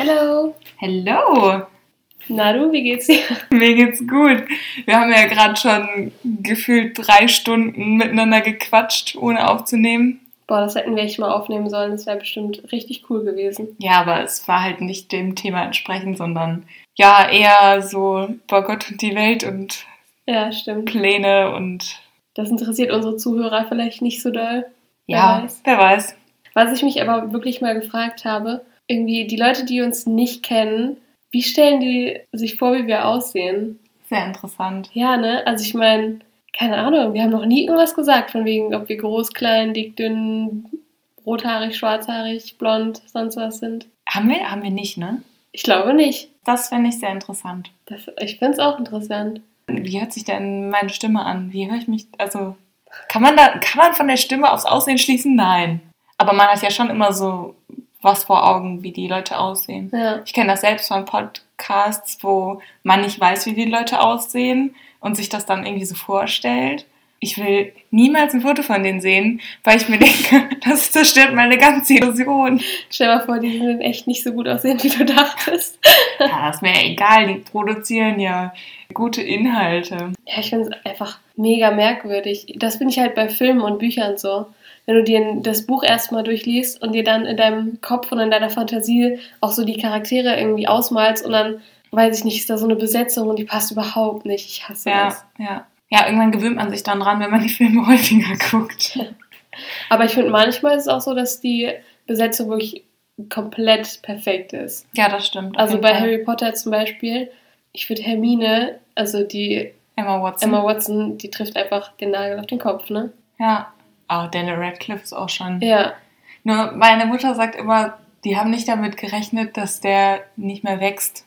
Hello. Hello. Na du, wie geht's dir? Mir geht's gut. Wir haben ja gerade schon gefühlt 3 Stunden miteinander gequatscht, ohne aufzunehmen. Boah, das hätten wir echt mal aufnehmen sollen. Das wäre bestimmt richtig cool gewesen. Ja, aber es war halt nicht dem Thema entsprechend, sondern ja, eher so über Gott und die Welt und Ja, stimmt. Pläne und... Das interessiert unsere Zuhörer vielleicht nicht so doll. Ja, wer weiß. Was ich mich aber wirklich mal gefragt habe, irgendwie die Leute, die uns nicht kennen, wie stellen die sich vor, wie wir aussehen? Sehr interessant. Ja, ne? Also ich meine, keine Ahnung, wir haben noch nie irgendwas gesagt, von wegen, ob wir groß, klein, dick, dünn, rothaarig, schwarzhaarig, blond, sonst was sind. Haben wir nicht, ne? Ich glaube nicht. Das fände ich sehr interessant. Ich finde es auch interessant. Wie hört sich denn meine Stimme an? Wie höre ich mich, also... Kann man von der Stimme aufs Aussehen schließen? Nein. Aber man hat ja schon immer so was vor Augen, wie die Leute aussehen. Ja. Ich kenne das selbst von Podcasts, wo man nicht weiß, wie die Leute aussehen und sich das dann irgendwie so vorstellt. Ich will niemals ein Foto von denen sehen, weil ich mir denke, das zerstört meine ganze Illusion. Stell dir mal vor, die würden echt nicht so gut aussehen, wie du dachtest. Ja, ist mir egal, die produzieren ja gute Inhalte. Ja, ich finde es einfach mega merkwürdig. Das finde ich halt bei Filmen und Büchern so. Wenn du dir das Buch erstmal durchliest und dir dann in deinem Kopf und in deiner Fantasie auch so die Charaktere irgendwie ausmalst und dann, weiß ich nicht, ist da so eine Besetzung und die passt überhaupt nicht. Ich hasse das. Ja, irgendwann gewöhnt man sich dann dran, wenn man die Filme häufiger guckt. Aber ich finde, manchmal ist es auch so, dass die Besetzung wirklich komplett perfekt ist. Ja, das stimmt. Also bei Harry Potter zum Beispiel, ich finde Hermine, also die Emma Watson, die trifft einfach den Nagel auf den Kopf, ne? Ja. Oh, Daniel Radcliffe ist auch schon... Ja. Nur meine Mutter sagt immer, die haben nicht damit gerechnet, dass der nicht mehr wächst.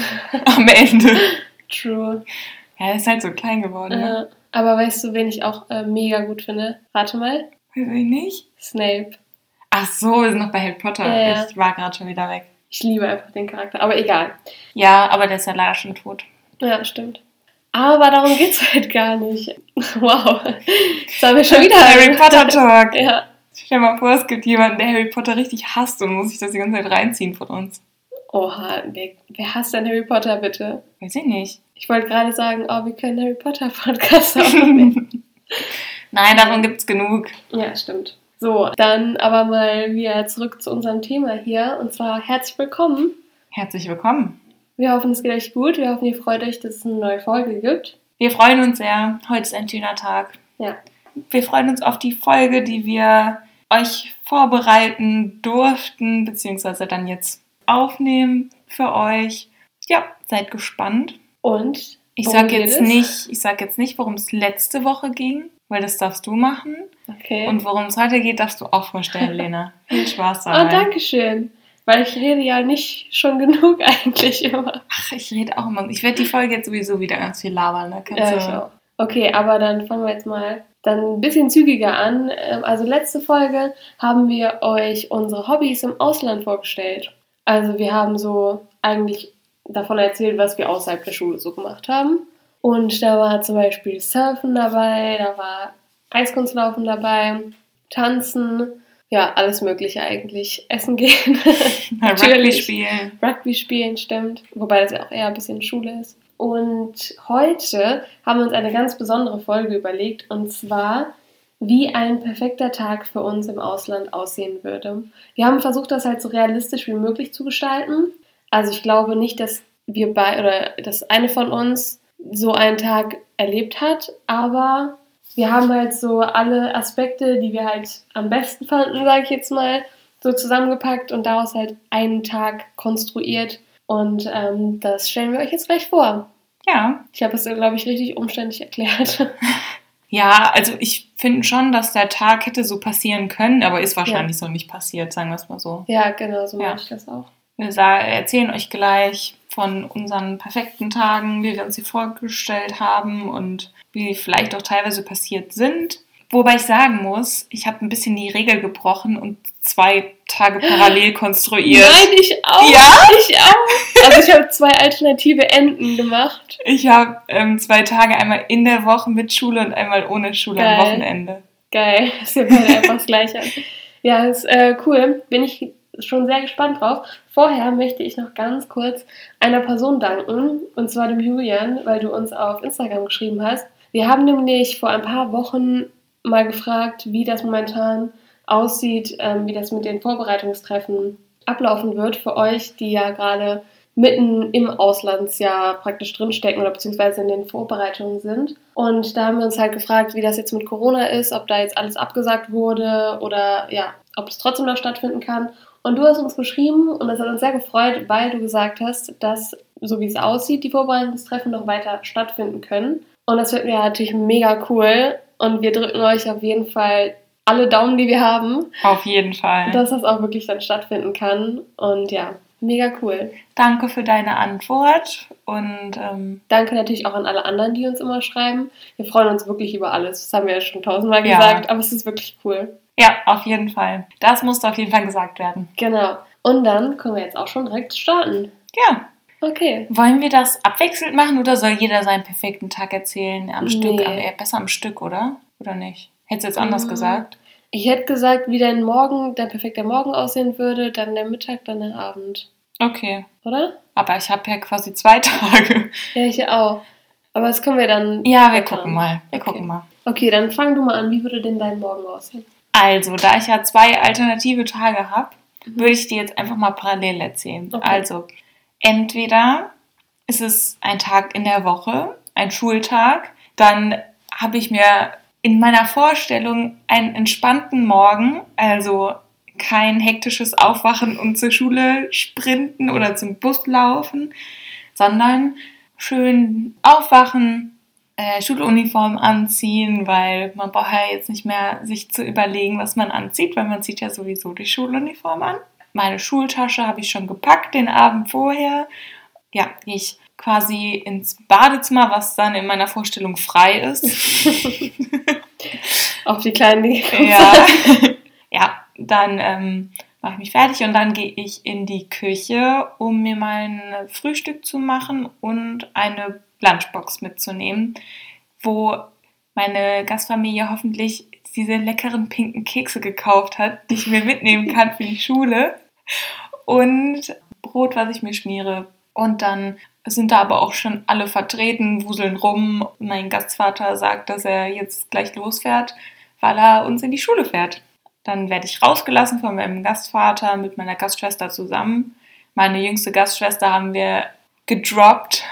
Am Ende. True. Ja, er ist halt so klein geworden. Ne? Aber weißt du, wen ich auch mega gut finde? Rate mal. Weiß ich nicht. Snape. Ach so, wir sind noch bei Harry Potter. Ja. Ich war gerade schon wieder weg. Ich liebe einfach den Charakter, aber egal. Ja, aber der ist ja leider schon tot. Ja, stimmt. Aber darum geht's halt gar nicht. Wow. Jetzt haben wir schon wieder Harry Potter Talk. Ja. Stell dir mal vor, es gibt jemanden, der Harry Potter richtig hasst und muss sich das die ganze Zeit reinziehen von uns. Oha, wer hasst denn Harry Potter, bitte? Weiß ich nicht. Ich wollte gerade sagen, wir können Harry Potter Podcast aufnehmen. Nein, davon gibt's genug. Ja, stimmt. So, dann aber mal wieder zurück zu unserem Thema hier. Und zwar herzlich willkommen. Herzlich willkommen. Wir hoffen, es geht euch gut. Wir hoffen, ihr freut euch, dass es eine neue Folge gibt. Wir freuen uns sehr. Heute ist ein schöner Tag. Ja. Wir freuen uns auf die Folge, die wir euch vorbereiten durften, beziehungsweise dann jetzt aufnehmen für euch. Ja, seid gespannt. Und ich sag jetzt nicht, worum es letzte Woche ging, weil das darfst du machen. Okay. Und worum es heute geht, darfst du auch vorstellen, Lena. Viel Spaß dabei. Oh, danke schön. Weil ich rede ja nicht schon genug eigentlich immer. Ach, ich rede auch immer. Ich werde die Folge jetzt sowieso wieder ganz viel labern. Ne? Ja, ich auch. Okay, aber dann fangen wir jetzt mal dann ein bisschen zügiger an. Also letzte Folge haben wir euch unsere Hobbys im Ausland vorgestellt. Also wir haben so eigentlich davon erzählt, was wir außerhalb der Schule so gemacht haben. Und da war zum Beispiel Surfen dabei, da war Eiskunstlaufen dabei, Tanzen, ja, alles Mögliche eigentlich. Essen gehen. Rugby spielen, stimmt. Wobei das ja auch eher ein bisschen Schule ist. Und heute haben wir uns eine ganz besondere Folge überlegt. Und zwar, wie ein perfekter Tag für uns im Ausland aussehen würde. Wir haben versucht, das halt so realistisch wie möglich zu gestalten. Also ich glaube nicht, dass dass eine von uns so einen Tag erlebt hat, aber wir haben halt so alle Aspekte, die wir halt am besten fanden, sage ich jetzt mal, so zusammengepackt und daraus halt einen Tag konstruiert. Und das stellen wir euch jetzt gleich vor. Ja. Ich habe es, glaube ich, richtig umständlich erklärt. Ja, also ich finde schon, dass der Tag hätte so passieren können, aber ist wahrscheinlich so nicht passiert, sagen wir es mal so. Ja, genau, so mache ich das auch. Wir erzählen euch gleich von unseren perfekten Tagen, wie wir uns sie vorgestellt haben und wie vielleicht auch teilweise passiert sind. Wobei ich sagen muss, ich habe ein bisschen die Regel gebrochen und 2 Tage parallel konstruiert. Nein, ich auch. Ja? Ich auch. Also ich habe 2 alternative Enden gemacht. Ich habe 2 Tage, einmal in der Woche mit Schule und einmal ohne Schule am Wochenende. Geil, das ist ja beide einfach das Gleiche. Ja, ist cool. Bin ich schon sehr gespannt drauf. Vorher möchte ich noch ganz kurz einer Person danken, und zwar dem Julian, weil du uns auf Instagram geschrieben hast. Wir haben nämlich vor ein paar Wochen mal gefragt, wie das momentan aussieht, wie das mit den Vorbereitungstreffen ablaufen wird für euch, die ja gerade mitten im Auslandsjahr praktisch drinstecken oder beziehungsweise in den Vorbereitungen sind. Und da haben wir uns halt gefragt, wie das jetzt mit Corona ist, ob da jetzt alles abgesagt wurde oder ja, ob es trotzdem noch stattfinden kann. Und du hast uns geschrieben und das hat uns sehr gefreut, weil du gesagt hast, dass, so wie es aussieht, die Vorbereitungstreffen noch weiter stattfinden können. Und das wird mir natürlich mega cool und wir drücken euch auf jeden Fall alle Daumen, die wir haben. Auf jeden Fall. Dass das auch wirklich dann stattfinden kann. Und ja, mega cool. Danke für deine Antwort und danke natürlich auch an alle anderen, die uns immer schreiben. Wir freuen uns wirklich über alles. Das haben wir ja schon tausendmal gesagt, aber es ist wirklich cool. Ja, auf jeden Fall. Das musste auf jeden Fall gesagt werden. Genau. Und dann können wir jetzt auch schon direkt starten. Ja. Okay. Wollen wir das abwechselnd machen oder soll jeder seinen perfekten Tag erzählen? Am Stück, besser am Stück, oder? Oder nicht? Hättest du jetzt anders gesagt? Ich hätte gesagt, wie dein perfekter Morgen aussehen würde, dann der Mittag, dann der Abend. Okay. Oder? Aber ich habe ja quasi 2 Tage. Ja, ich auch. Aber das können wir dann... Ja, wir gucken mal. Okay, dann fang du mal an. Wie würde denn dein Morgen aussehen? Also, da ich ja 2 alternative Tage habe, würde ich dir jetzt einfach mal parallel erzählen. Okay. Also, entweder ist es ein Tag in der Woche, ein Schultag, dann habe ich mir in meiner Vorstellung einen entspannten Morgen, also kein hektisches Aufwachen und zur Schule sprinten oder zum Bus laufen, sondern schön aufwachen, Schuluniform anziehen, weil man braucht ja jetzt nicht mehr sich zu überlegen, was man anzieht, weil man zieht ja sowieso die Schuluniform an. Meine Schultasche habe ich schon gepackt den Abend vorher. Ja, gehe ich quasi ins Badezimmer, was dann in meiner Vorstellung frei ist. Auf die kleinen Dinge. Ja, dann mache ich mich fertig und dann gehe ich in die Küche, um mir mein Frühstück zu machen und eine Lunchbox mitzunehmen, wo meine Gastfamilie hoffentlich diese leckeren pinken Kekse gekauft hat, die ich mir mitnehmen kann für die Schule und Brot, was ich mir schmiere. Und dann sind da aber auch schon alle vertreten, wuseln rum. Mein Gastvater sagt, dass er jetzt gleich losfährt, weil er uns in die Schule fährt. Dann werde ich rausgelassen von meinem Gastvater mit meiner Gastschwester zusammen. Meine jüngste Gastschwester haben wir gedroppt.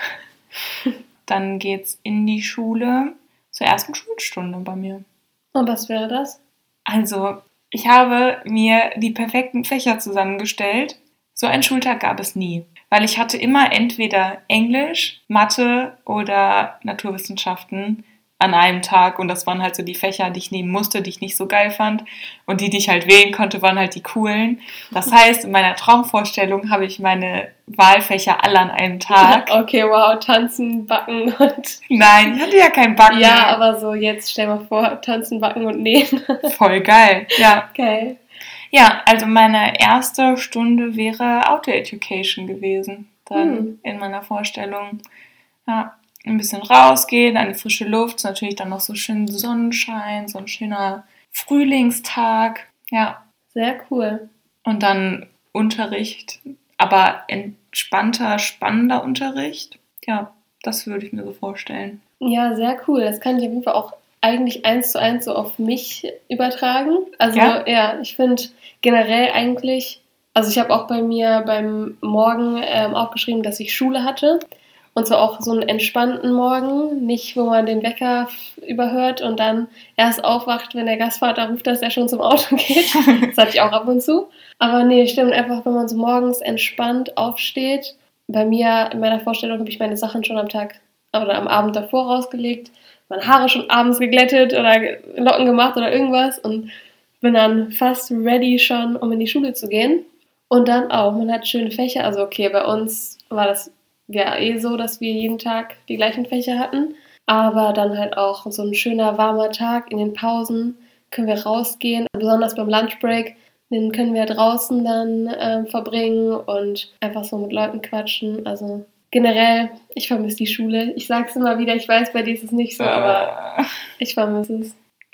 Dann geht's in die Schule zur ersten Schulstunde bei mir. Und was wäre das? Also, ich habe mir die perfekten Fächer zusammengestellt. So einen Schultag gab es nie. Weil ich hatte immer entweder Englisch, Mathe oder Naturwissenschaften an einem Tag. Und das waren halt so die Fächer, die ich nehmen musste, die ich nicht so geil fand. Und die ich halt wählen konnte, waren halt die coolen. Das heißt, in meiner Traumvorstellung habe ich meine Wahlfächer alle an einem Tag. Okay, wow, tanzen, backen und... Nein, ich hatte ja kein Backen. Ja, aber so jetzt stell mal vor, tanzen, backen und nähen. Voll geil, ja. Geil. Ja, also meine erste Stunde wäre Auto-Education gewesen, dann in meiner Vorstellung. Ja, ein bisschen rausgehen, eine frische Luft, natürlich dann noch so schön Sonnenschein, so ein schöner Frühlingstag, ja. Sehr cool. Und dann Unterricht, aber entspannter, spannender Unterricht. Ja, das würde ich mir so vorstellen. Ja, sehr cool. Das kann ich auf jeden Fall auch eigentlich 1:1 so auf mich übertragen. Also ja ich finde generell eigentlich, also ich habe auch bei mir beim Morgen aufgeschrieben, dass ich Schule hatte. Und zwar auch so einen entspannten Morgen, nicht wo man den Wecker überhört und dann erst aufwacht, wenn der Gastvater ruft, dass er schon zum Auto geht. Das hatte ich auch ab und zu. Aber nee, stimmt einfach, wenn man so morgens entspannt aufsteht. Bei mir, in meiner Vorstellung, habe ich meine Sachen schon am Tag oder am Abend davor rausgelegt, meine Haare schon abends geglättet oder Locken gemacht oder irgendwas und bin dann fast ready schon, um in die Schule zu gehen. Und dann auch, man hat schöne Fächer. Also okay, bei uns war das ja so, dass wir jeden Tag die gleichen Fächer hatten. Aber dann halt auch so ein schöner, warmer Tag. In den Pausen können wir rausgehen. Besonders beim Lunchbreak, den können wir draußen dann verbringen und einfach so mit Leuten quatschen. Also generell, ich vermisse die Schule. Ich sag's immer wieder, ich weiß, bei dir ist es nicht so, aber ich vermisse es.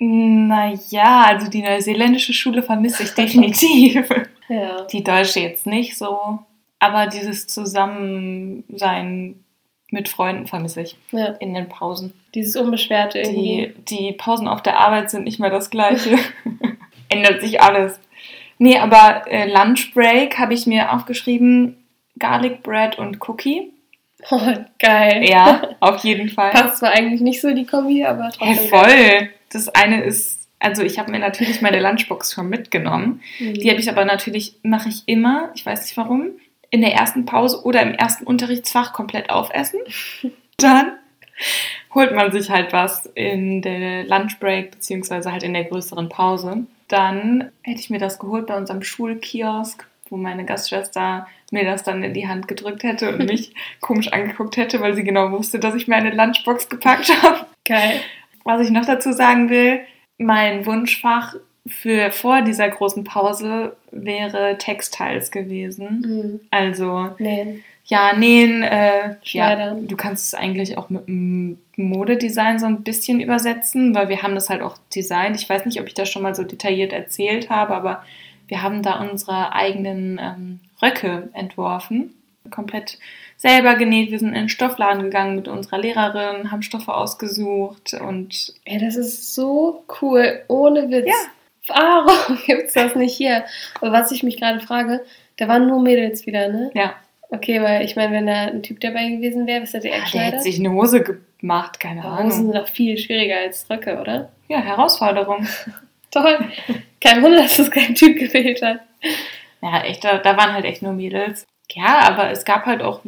Naja, also die neuseeländische Schule vermisse ich definitiv. Ja. Die deutsche jetzt nicht so. Aber dieses Zusammensein mit Freunden vermisse ich in den Pausen. Dieses Unbeschwerte irgendwie. Die Pausen auf der Arbeit sind nicht mehr das Gleiche. Ändert sich alles. Nee, aber Lunch Break habe ich mir aufgeschrieben, Garlic Bread und Cookie. Oh, geil. Ja, auf jeden Fall. Passt zwar eigentlich nicht so die Kombi, aber trotzdem. Voll. Geil. Das eine ist, also ich habe mir natürlich meine Lunchbox schon mitgenommen. Die habe ich aber natürlich, mache ich immer, ich weiß nicht warum, in der ersten Pause oder im ersten Unterrichtsfach komplett aufessen. Dann holt man sich halt was in der Lunchbreak beziehungsweise halt in der größeren Pause. Dann hätte ich mir das geholt bei unserem Schulkiosk, wo meine Gastschwester mir das dann in die Hand gedrückt hätte und mich komisch angeguckt hätte, weil sie genau wusste, dass ich mir eine Lunchbox gepackt habe. Geil. Was ich noch dazu sagen will, mein Wunschfach für vor dieser großen Pause wäre Textiles gewesen. Also nähen. Ja, nähen. Schneidern. Ja, du kannst es eigentlich auch mit dem Modedesign so ein bisschen übersetzen, weil wir haben das halt auch designt. Ich weiß nicht, ob ich das schon mal so detailliert erzählt habe, aber wir haben da unsere eigenen Röcke entworfen. Komplett selber genäht. Wir sind in den Stoffladen gegangen mit unserer Lehrerin, haben Stoffe ausgesucht und... Ey, das ist so cool. Ohne Witz. Ja. Warum gibt's das nicht hier? Aber was ich mich gerade frage, da waren nur Mädels wieder, ne? Ja. Okay, weil ich meine, wenn da ein Typ dabei gewesen wäre, was hätte er Der geschneidert? hätte sich eine Hose gemacht, keine Ahnung. Hosen sind doch viel schwieriger als Röcke, oder? Ja, Herausforderung. Toll. Kein Wunder, dass das kein Typ gewählt hat. Ja, echt, da waren halt echt nur Mädels. Ja, aber es gab halt auch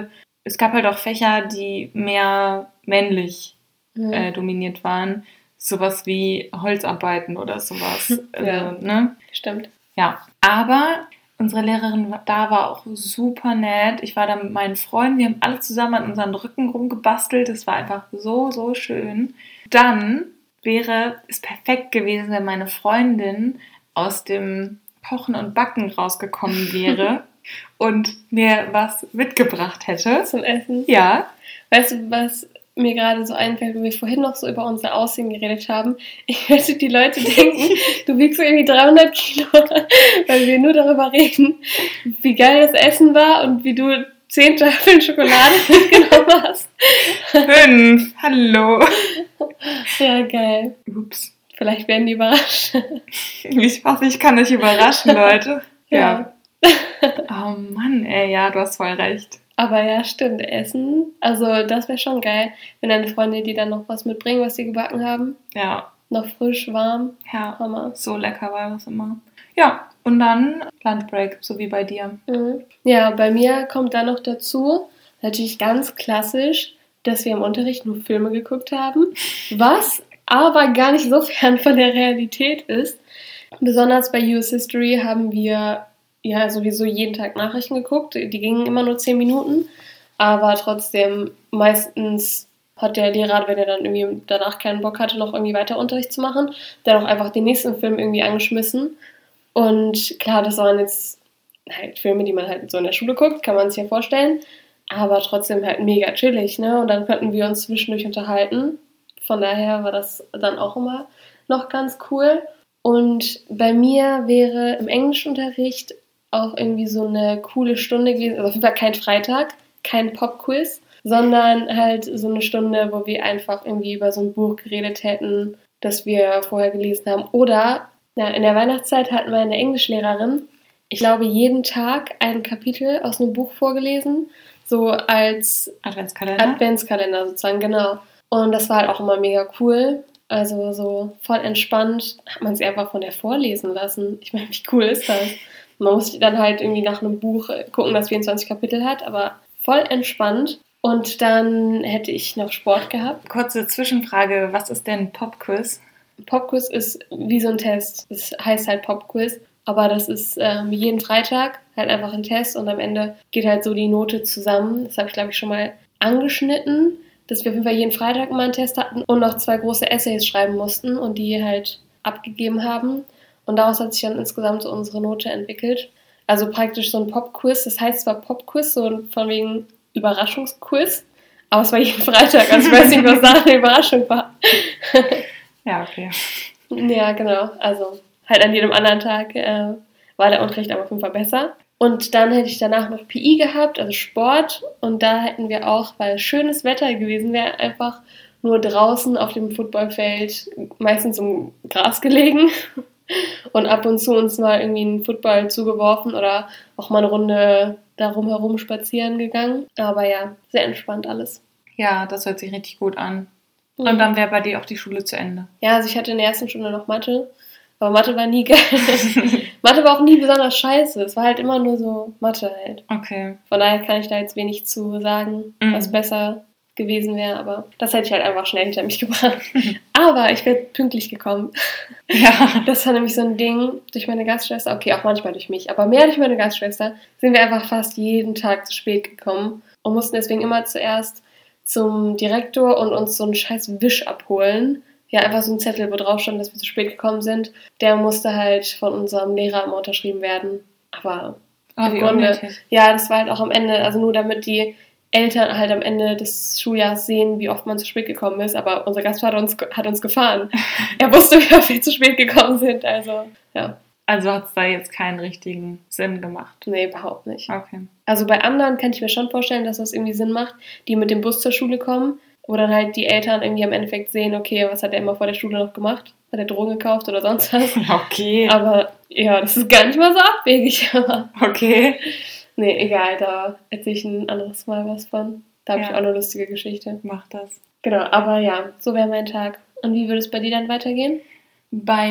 Fächer, die mehr männlich dominiert waren. Sowas wie Holzarbeiten oder sowas. Ja, ne? Stimmt. Ja, aber unsere Lehrerin da war auch super nett. Ich war da mit meinen Freunden, wir haben alle zusammen an unseren Rücken rumgebastelt. Das war einfach so, so schön. Dann wäre es perfekt gewesen, wenn meine Freundin aus dem Kochen und Backen rausgekommen wäre und mir was mitgebracht hätte. Zum Essen? Ja. Weißt du, was mir gerade so einfällt, wenn wir vorhin noch so über unser Aussehen geredet haben? Ich wette, die Leute denken, du wiegst so irgendwie 300 Kilo, weil wir nur darüber reden, wie geil das Essen war und wie du 10 Tafeln Schokolade mitgenommen hast. 5, hallo. Ja, geil. Ups. Vielleicht werden die überrascht. Ich hoffe, ich kann euch überraschen, Leute. Ja. Oh Mann, ey, ja, du hast voll recht. Aber ja, stimmt, Essen, also das wäre schon geil, wenn deine Freunde dir dann noch was mitbringen, was sie gebacken haben. Ja. Noch frisch, warm. Ja, Hammer. so lecker war das immer. Ja, und dann Lunchbreak, so wie bei dir. Ja, bei mir kommt dann noch dazu, natürlich ganz klassisch, dass wir im Unterricht nur Filme geguckt haben, was aber gar nicht so fern von der Realität ist. Besonders bei US History haben wir ja sowieso jeden Tag Nachrichten geguckt. Die gingen immer nur 10 Minuten, aber trotzdem meistens hat der Lehrer, wenn er dann irgendwie danach keinen Bock hatte, noch irgendwie weiter Unterricht zu machen, dann auch einfach den nächsten Film irgendwie angeschmissen. Und klar, das waren jetzt halt Filme, die man halt so in der Schule guckt, kann man sich ja vorstellen, aber trotzdem halt mega chillig, ne? Und dann konnten wir uns zwischendurch unterhalten. Von daher war das dann auch immer noch ganz cool. Und bei mir wäre im Englischunterricht auch irgendwie so eine coole Stunde gewesen, also auf jeden Fall kein Freitag, kein Popquiz, sondern halt so eine Stunde, wo wir einfach irgendwie über so ein Buch geredet hätten, das wir vorher gelesen haben. Oder ja, in der Weihnachtszeit hatten wir eine Englischlehrerin, ich glaube jeden Tag ein Kapitel aus einem Buch vorgelesen, so als Adventskalender sozusagen, genau. Und das war halt auch immer mega cool. Also so voll entspannt hat man sie einfach von der vorlesen lassen. Ich meine, wie cool ist das? Man muss dann halt irgendwie nach einem Buch gucken, das 24 Kapitel hat, aber voll entspannt. Und dann hätte ich noch Sport gehabt. Kurze Zwischenfrage, was ist denn Popquiz? Popquiz ist wie so ein Test. Das heißt halt Popquiz, aber das ist wie jeden Freitag halt einfach ein Test und am Ende geht halt so die Note zusammen. Das habe ich, glaube ich, schon mal angeschnitten, dass wir auf jeden Fall jeden Freitag immer einen Test hatten und noch 2 große Essays schreiben mussten und die halt abgegeben haben. Und daraus hat sich dann insgesamt so unsere Note entwickelt. Also praktisch so ein Popquiz. Das heißt zwar Popquiz, so von wegen Überraschungsquiz, aber es war jeden Freitag. Also ich weiß nicht, was da eine Überraschung war. Ja, okay. Ja, genau. Also halt an jedem anderen Tag war der Unterricht aber auf jeden Fall besser. Und dann hätte ich danach noch PI gehabt, also Sport. Und da hätten wir auch, weil schönes Wetter gewesen wäre, einfach nur draußen auf dem Footballfeld, meistens im Gras gelegen und ab und zu uns mal irgendwie einen Football zugeworfen oder auch mal eine Runde darum herum spazieren gegangen. Aber ja, sehr entspannt alles. Ja, das hört sich richtig gut an. Mhm. Und dann wäre bei dir auch die Schule zu Ende. Ja, also ich hatte in der ersten Stunde noch Mathe, aber Mathe war nie geil. Mathe war auch nie besonders scheiße. Es war halt immer nur so Mathe halt. Okay. Von daher kann ich da jetzt wenig zu sagen, was besser gewesen wäre, aber das hätte ich halt einfach schnell hinter mich gebracht. Aber ich wäre pünktlich gekommen. Ja. Das war nämlich so ein Ding durch meine Gastschwester, okay, auch manchmal durch mich, aber mehr durch meine Gastschwester, sind wir einfach fast jeden Tag zu spät gekommen und mussten deswegen immer zuerst zum Direktor und uns so einen scheiß Wisch abholen. Ja, einfach so ein Zettel, wo drauf stand, dass wir zu spät gekommen sind. Der musste halt von unserem Lehrer immer unterschrieben werden. Aber im Grunde, ja, das war halt auch am Ende, also nur damit die Eltern halt am Ende des Schuljahres sehen, wie oft man zu spät gekommen ist. Aber unser Gastvater hat uns gefahren. Er wusste, wie oft wir zu spät gekommen sind. Also, ja. Also hat es da jetzt keinen richtigen Sinn gemacht? Nee, überhaupt nicht. Okay. Also bei anderen kann ich mir schon vorstellen, dass das irgendwie Sinn macht, die mit dem Bus zur Schule kommen, wo dann halt die Eltern irgendwie am Endeffekt sehen, okay, was hat er immer vor der Schule noch gemacht? Hat er Drogen gekauft oder sonst was? Okay. Aber ja, das ist gar nicht mal so abwegig. Okay. Nee, egal, da erzähle ich ein anderes Mal was von. Da habe ich auch eine lustige Geschichte. Mach das. Genau, aber ja, so wäre mein Tag. Und wie würde es bei dir dann weitergehen? Bei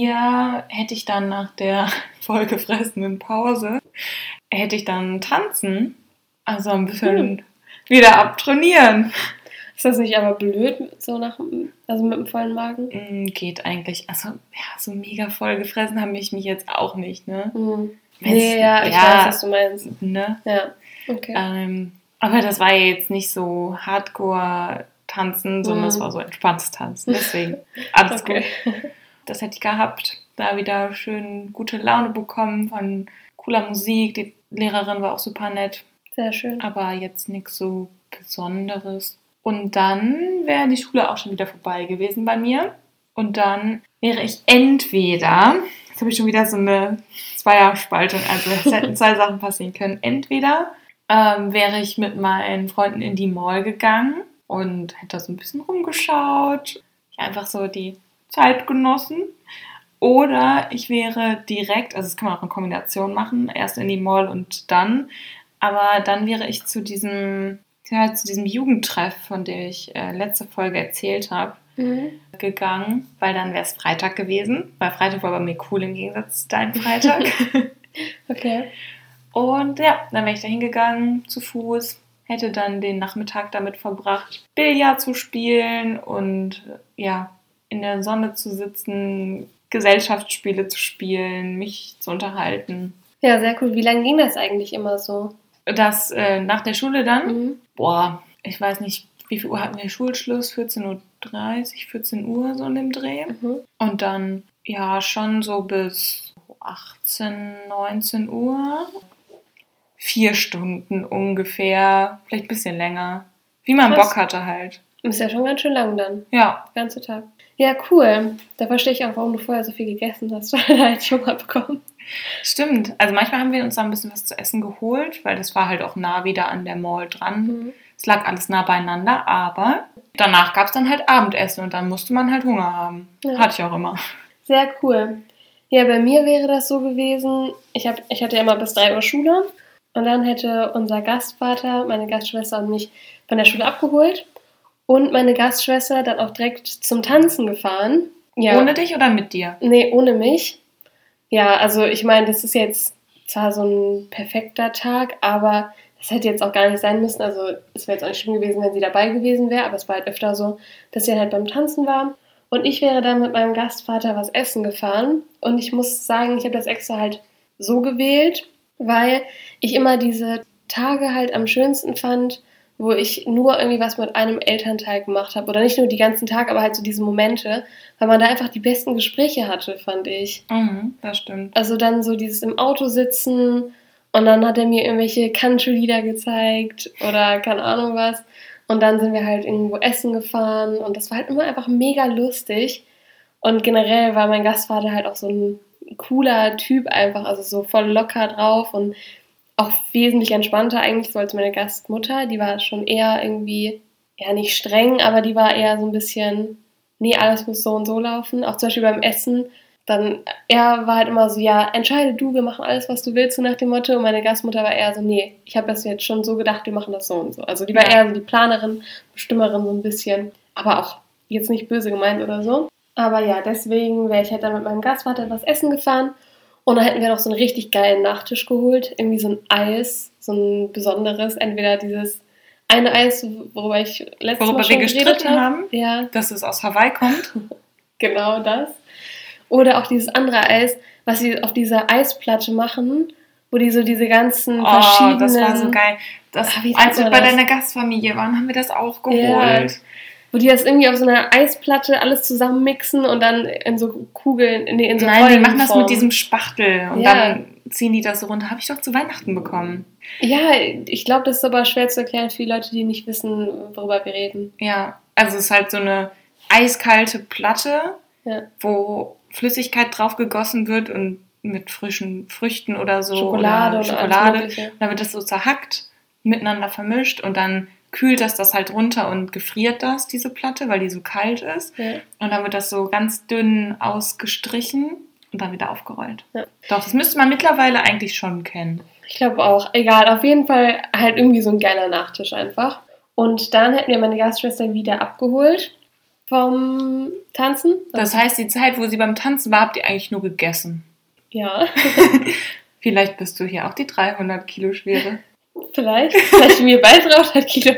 mir hätte ich dann nach der vollgefressenen Pause, hätte ich dann tanzen, also ein bisschen wieder abtrainieren. Ist das nicht aber blöd, so also mit dem vollen Magen? Geht eigentlich. Also, ja, so mega voll gefressen habe ich mich jetzt auch nicht, ne? Nee, ja, ich weiß, was du meinst. Ne? Ja, okay. Aber das war ja jetzt nicht so Hardcore-Tanzen, sondern es war so entspanntes Tanzen. Deswegen alles gut. Das hätte ich gehabt. Da wieder schön gute Laune bekommen von cooler Musik. Die Lehrerin war auch super nett. Sehr schön. Aber jetzt nichts so Besonderes. Und dann wäre die Schule auch schon wieder vorbei gewesen bei mir. Und dann wäre ich entweder, jetzt habe ich schon wieder so eine Zweierspaltung, also es hätten zwei Sachen passieren können. Entweder wäre ich mit meinen Freunden in die Mall gegangen und hätte da so ein bisschen rumgeschaut. Einfach so die Zeit genossen. Oder ich wäre direkt, also das kann man auch in Kombination machen, erst in die Mall und dann. Aber dann wäre ich zu diesem Jugendtreff, von dem ich letzte Folge erzählt habe, gegangen, weil dann wäre es Freitag gewesen. Weil Freitag war bei mir cool im Gegensatz zu deinem Freitag. Okay. Und ja, dann wäre ich da hingegangen zu Fuß, hätte dann den Nachmittag damit verbracht, Billard zu spielen und ja, in der Sonne zu sitzen, Gesellschaftsspiele zu spielen, mich zu unterhalten. Ja, sehr cool. Wie lange ging das eigentlich immer so? Das nach der Schule dann? Boah, ich weiß nicht, wie viel Uhr hatten wir Schulschluss? 14:30 Uhr, 14 Uhr so in dem Dreh. Und dann ja schon so bis 18, 19 Uhr. 4 Stunden ungefähr, vielleicht ein bisschen länger. Wie man Bock hatte halt. Ist ja schon ganz schön lang dann. Ja. Den ganzen Tag. Ja, cool. Da verstehe ich auch, warum du vorher so viel gegessen hast, weil da hätte ich Hunger bekommen. Stimmt. Also manchmal haben wir uns da ein bisschen was zu essen geholt, weil das war halt auch nah wieder an der Mall dran. Es lag alles nah beieinander, aber danach gab es dann halt Abendessen und dann musste man halt Hunger haben. Ja. Hatte ich auch immer. Sehr cool. Ja, bei mir wäre das so gewesen, ich hatte ja immer bis 3 Uhr Schule und dann hätte unser Gastvater, meine Gastschwester und mich von der Schule abgeholt und meine Gastschwester dann auch direkt zum Tanzen gefahren. Ja. Ohne dich oder mit dir? Nee, ohne mich. Ja, also ich meine, das ist jetzt zwar so ein perfekter Tag, aber das hätte jetzt auch gar nicht sein müssen. Also es wäre jetzt auch nicht schlimm gewesen, wenn sie dabei gewesen wäre, aber es war halt öfter so, dass sie halt beim Tanzen war. Und ich wäre dann mit meinem Gastvater was essen gefahren. Und ich muss sagen, ich habe das extra halt so gewählt, weil ich immer diese Tage halt am schönsten fand, wo ich nur irgendwie was mit einem Elternteil gemacht habe. Oder nicht nur die ganzen Tage, aber halt so diese Momente, weil man da einfach die besten Gespräche hatte, fand ich. Das stimmt. Also dann so dieses im Auto sitzen und dann hat er mir irgendwelche Country-Lieder gezeigt oder keine Ahnung was. Und dann sind wir halt irgendwo essen gefahren und das war halt immer einfach mega lustig. Und generell war mein Gastvater halt auch so ein cooler Typ einfach, also so voll locker drauf und auch wesentlich entspannter eigentlich so als meine Gastmutter. Die war schon eher irgendwie, ja nicht streng, aber die war eher so ein bisschen, nee, alles muss so und so laufen. Auch zum Beispiel beim Essen. Dann, er war halt immer so, ja, entscheide du, wir machen alles, was du willst, so nach dem Motto. Und meine Gastmutter war eher so, nee, ich habe das jetzt schon so gedacht, wir machen das so und so. Also die war eher so die Planerin, Bestimmerin so ein bisschen. Aber auch jetzt nicht böse gemeint oder so. Aber ja, deswegen wäre ich halt dann mit meinem Gastvater etwas essen gefahren. Und dann hätten wir noch so einen richtig geilen Nachtisch geholt. Irgendwie so ein Eis, so ein besonderes. Entweder dieses eine Eis, worüber ich letztes Mal schon geredet haben, dass es aus Hawaii kommt. Genau das. Oder auch dieses andere Eis, was sie auf dieser Eisplatte machen, wo die so diese ganzen verschiedenen... das war so geil. Als wir bei deiner Gastfamilie waren, haben wir das auch geholt. Ja, wo die das irgendwie auf so einer Eisplatte alles zusammenmixen und dann in so Kugeln, in so Nein, die machen das mit diesem Spachtel und dann ziehen die das so runter. Habe ich doch zu Weihnachten bekommen. Ja, ich glaube, das ist aber schwer zu erklären für die Leute, die nicht wissen, worüber wir reden. Ja, also es ist halt so eine eiskalte Platte, wo Flüssigkeit drauf gegossen wird und mit frischen Früchten oder so. Schokolade. Und dann wird das so zerhackt, miteinander vermischt und dann kühlt das halt runter und gefriert diese Platte, weil die so kalt ist. Ja. Und dann wird das so ganz dünn ausgestrichen und dann wieder aufgerollt. Ja. Doch, das müsste man mittlerweile eigentlich schon kennen. Ich glaube auch. Egal, auf jeden Fall halt irgendwie so ein geiler Nachtisch einfach. Und dann hätten wir meine Gastschwester wieder abgeholt vom Tanzen. Das heißt, die Zeit, wo sie beim Tanzen war, habt ihr eigentlich nur gegessen? Ja. Vielleicht bist du hier auch die 300 Kilo schwere. Vielleicht mir bald 300 Kilo.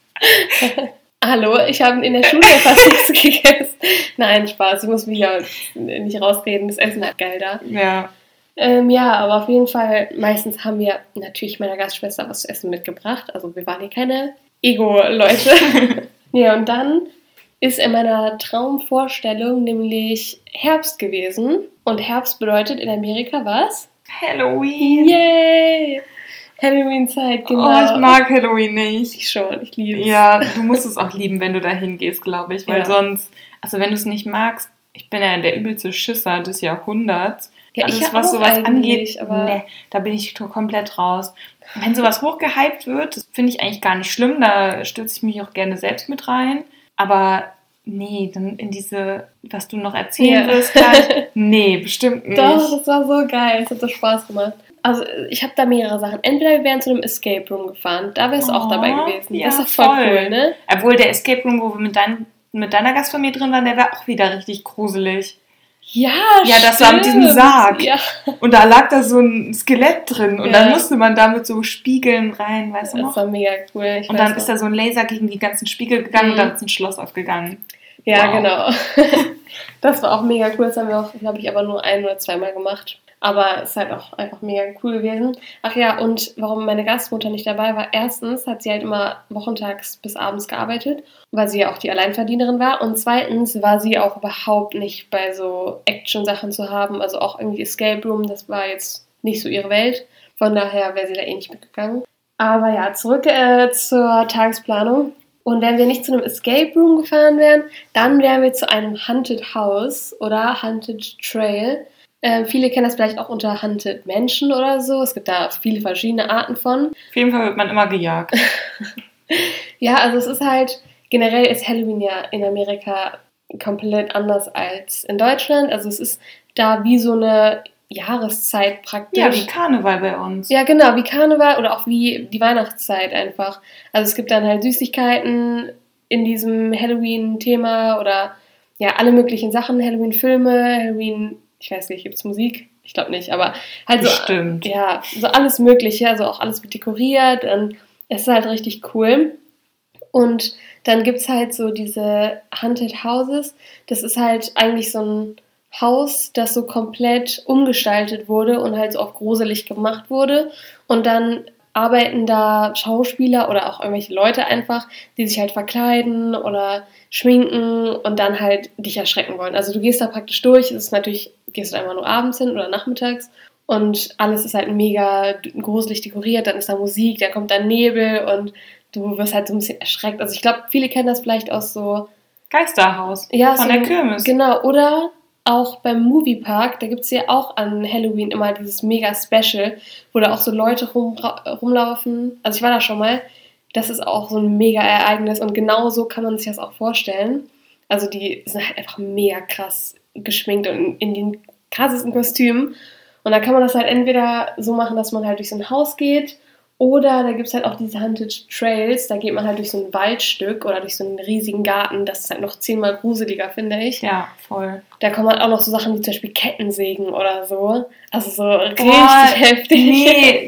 Hallo, ich habe in der Schule fast nichts gegessen. Nein, Spaß, ich muss mich ja nicht rausreden, das Essen hat geil da. Ja. Ja, aber auf jeden Fall, meistens haben wir natürlich meiner Gastschwester was zu essen mitgebracht. Also wir waren hier keine Ego-Leute. Ja, und dann ist in meiner Traumvorstellung nämlich Herbst gewesen. Und Herbst bedeutet in Amerika was? Halloween. Yay! Halloween-Zeit, genau. Oh, ich mag Halloween nicht. Ich schon, ich liebe es. Ja, du musst es auch lieben, wenn du da hingehst, glaube ich. Weil sonst, also wenn du es nicht magst, ich bin ja der übelste Schisser des Jahrhunderts. Ja, alles, was sowas angeht, aber da bin ich komplett raus. Wenn sowas hochgehypt wird, das finde ich eigentlich gar nicht schlimm, da stürze ich mich auch gerne selbst mit rein. Aber nee, dann in diese, was du noch erzählen wirst, nee, bestimmt nicht. Doch, das war so geil, es hat so Spaß gemacht. Also ich habe da mehrere Sachen. Entweder wir wären zu einem Escape Room gefahren, da wärst du auch dabei gewesen. Ja, das ist doch voll cool, ne? Obwohl der Escape Room, wo wir mit deiner Gastfamilie drin waren, der war auch wieder richtig gruselig. Ja, das war mit diesem Sarg. Ja. Und da lag da so ein Skelett drin und dann musste man da mit so Spiegeln rein, weißt du noch? Das war mega cool. Und dann ist da so ein Laser gegen die ganzen Spiegel gegangen und dann ist ein Schloss aufgegangen. Ja, genau. Das war auch mega cool. Das haben wir auch, glaube ich, aber nur 1 oder 2 Mal gemacht. Aber es ist halt auch einfach mega cool gewesen. Ach ja, und warum meine Gastmutter nicht dabei war, erstens hat sie halt immer wochentags bis abends gearbeitet, weil sie ja auch die Alleinverdienerin war. Und zweitens war sie auch überhaupt nicht bei so Action-Sachen zu haben. Also auch irgendwie Escape Room, das war jetzt nicht so ihre Welt. Von daher wäre sie da eh nicht mitgegangen. Aber ja, zurück zur Tagesplanung. Und wenn wir nicht zu einem Escape Room gefahren wären, dann wären wir zu einem Haunted House oder Haunted Trail. Viele kennen das vielleicht auch unter Haunted Mansion oder so. Es gibt da viele verschiedene Arten von. Auf jeden Fall wird man immer gejagt. Ja, also es ist halt, generell ist Halloween ja in Amerika komplett anders als in Deutschland. Also es ist da wie so eine Jahreszeit praktisch. Ja, wie Karneval bei uns. Ja, genau, wie Karneval oder auch wie die Weihnachtszeit einfach. Also es gibt dann halt Süßigkeiten in diesem Halloween-Thema oder ja, alle möglichen Sachen. Halloween-Filme, Halloween, ich weiß nicht, gibt es Musik? Ich glaube nicht, aber halt so, bestimmt. Ja, so alles Mögliche, also auch alles wird dekoriert und es ist halt richtig cool. Und dann gibt es halt so diese Haunted Houses. Das ist halt eigentlich so ein Haus, das so komplett umgestaltet wurde und halt so auch gruselig gemacht wurde. Und dann arbeiten da Schauspieler oder auch irgendwelche Leute einfach, die sich halt verkleiden oder schminken und dann halt dich erschrecken wollen. Also du gehst da praktisch durch, es ist natürlich, gehst du einfach nur abends hin oder nachmittags und alles ist halt mega gruselig dekoriert, dann ist da Musik, dann kommt da Nebel und du wirst halt so ein bisschen erschreckt. Also ich glaube, viele kennen das vielleicht aus so Geisterhaus Ja, von so der Kirmes. Genau, oder auch beim Moviepark, da gibt es ja auch an Halloween immer dieses Mega-Special, wo da auch so Leute rumlaufen. Also ich war da schon mal. Das ist auch so ein Mega-Ereignis und genau so kann man sich das auch vorstellen. Also die sind halt einfach mega krass geschminkt und in den krassesten Kostümen. Und da kann man das halt entweder so machen, dass man halt durch so ein Haus geht, oder da gibt es halt auch diese Haunted Trails, da geht man halt durch so ein Waldstück oder durch so einen riesigen Garten. Das ist halt noch 10-mal gruseliger, finde ich. Ja, voll. Da kommen halt auch noch so Sachen wie zum Beispiel Kettensägen oder so. Also so richtig Boah, heftig. Nee,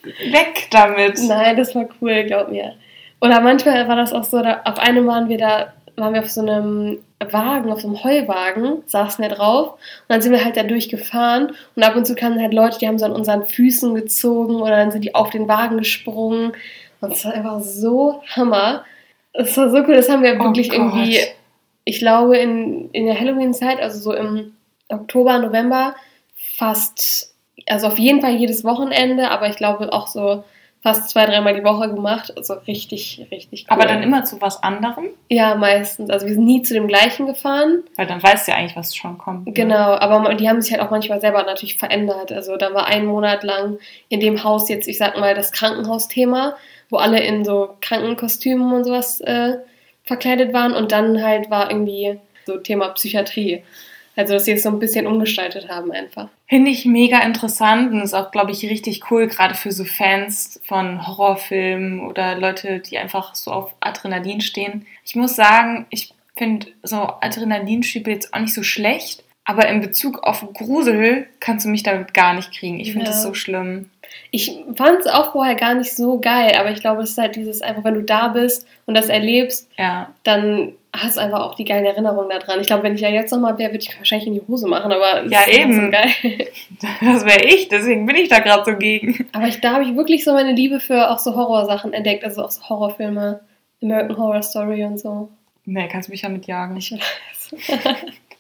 weg damit. Nein, das war cool, glaub mir. Oder manchmal war das auch so, auf einem waren wir auf so einem Wagen, auf so einem Heuwagen, saßen wir drauf und dann sind wir halt da durchgefahren und ab und zu kamen halt Leute, die haben so an unseren Füßen gezogen oder dann sind die auf den Wagen gesprungen und es war einfach so Hammer. Es war so cool, das haben wir wirklich irgendwie, ich glaube in der Halloween-Zeit, also so im Oktober, November, fast, also auf jeden Fall jedes Wochenende, aber ich glaube auch so fast 2-3 Mal die Woche gemacht. Also richtig, richtig cool. Aber dann immer zu was anderem? Ja, meistens. Also wir sind nie zu dem gleichen gefahren. Weil dann weißt du ja eigentlich, was schon kommt. Ne? Genau, aber die haben sich halt auch manchmal selber natürlich verändert. Also da war 1 Monat lang in dem Haus jetzt, ich sag mal, das Krankenhausthema, wo alle in so Krankenkostümen und sowas verkleidet waren. Und dann halt war irgendwie so Thema Psychiatrie. Also, dass sie es so ein bisschen umgestaltet haben einfach. Finde ich mega interessant und ist auch, glaube ich, richtig cool, gerade für so Fans von Horrorfilmen oder Leute, die einfach so auf Adrenalin stehen. Ich muss sagen, ich finde so Adrenalinschübe jetzt auch nicht so schlecht, aber in Bezug auf Grusel kannst du mich damit gar nicht kriegen. Ich finde das so schlimm. Ich fand es auch vorher gar nicht so geil, aber ich glaube, es ist halt dieses einfach, wenn du da bist und das erlebst, dann hast du einfach auch die geilen Erinnerungen daran. Ich glaube, wenn ich ja jetzt nochmal wäre, würde ich wahrscheinlich in die Hose machen, aber ja, eben. So geil. Das wäre ich, deswegen bin ich da gerade so gegen. Aber da habe ich wirklich so meine Liebe für auch so Horrorsachen entdeckt, also auch so Horrorfilme, American Horror Story und so. Nee, kannst du mich ja mitjagen. Ich weiß.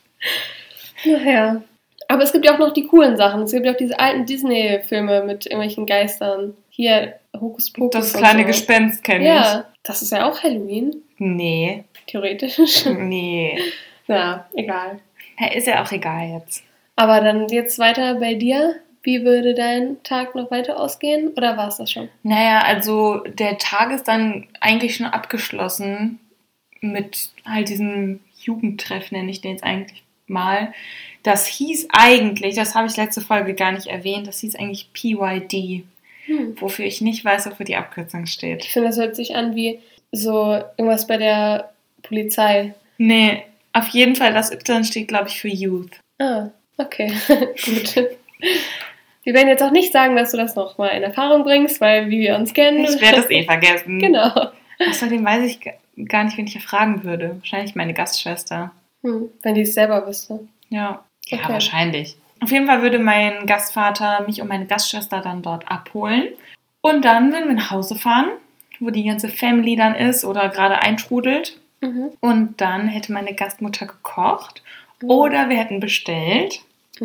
Naja. Aber es gibt ja auch noch die coolen Sachen. Es gibt ja auch diese alten Disney-Filme mit irgendwelchen Geistern. Hier, Hokus Pokus. Das kleine Gespenst kenne ich. Ja, das ist ja auch Halloween. Nee. Theoretisch. Nee. Ja, egal. Ja, ist ja auch egal jetzt. Aber dann jetzt weiter bei dir. Wie würde dein Tag noch weiter ausgehen? Oder war es das schon? Naja, also der Tag ist dann eigentlich schon abgeschlossen mit halt diesem Jugendtreff, nenne ich den jetzt eigentlich mal. Das hieß eigentlich, das habe ich letzte Folge gar nicht erwähnt, das hieß eigentlich PYD, wofür ich nicht weiß, wofür die Abkürzung steht. Ich finde, das hört sich an wie so irgendwas bei der Polizei. Nee, auf jeden Fall, das Y steht, glaube ich, für Youth. Ah, okay, gut. Wir werden jetzt auch nicht sagen, dass du das nochmal in Erfahrung bringst, weil wie wir uns kennen... Ich werde das vergessen. Genau. Außerdem weiß ich gar nicht, wen ich hier fragen würde. Wahrscheinlich meine Gastschwester. Wenn die es selber wüsste. Ja, wahrscheinlich. Auf jeden Fall würde mein Gastvater mich und meine Gastschwester dann dort abholen. Und dann würden wir nach Hause fahren, wo die ganze Family dann ist oder gerade eintrudelt. Und dann hätte meine Gastmutter gekocht oder wir hätten bestellt.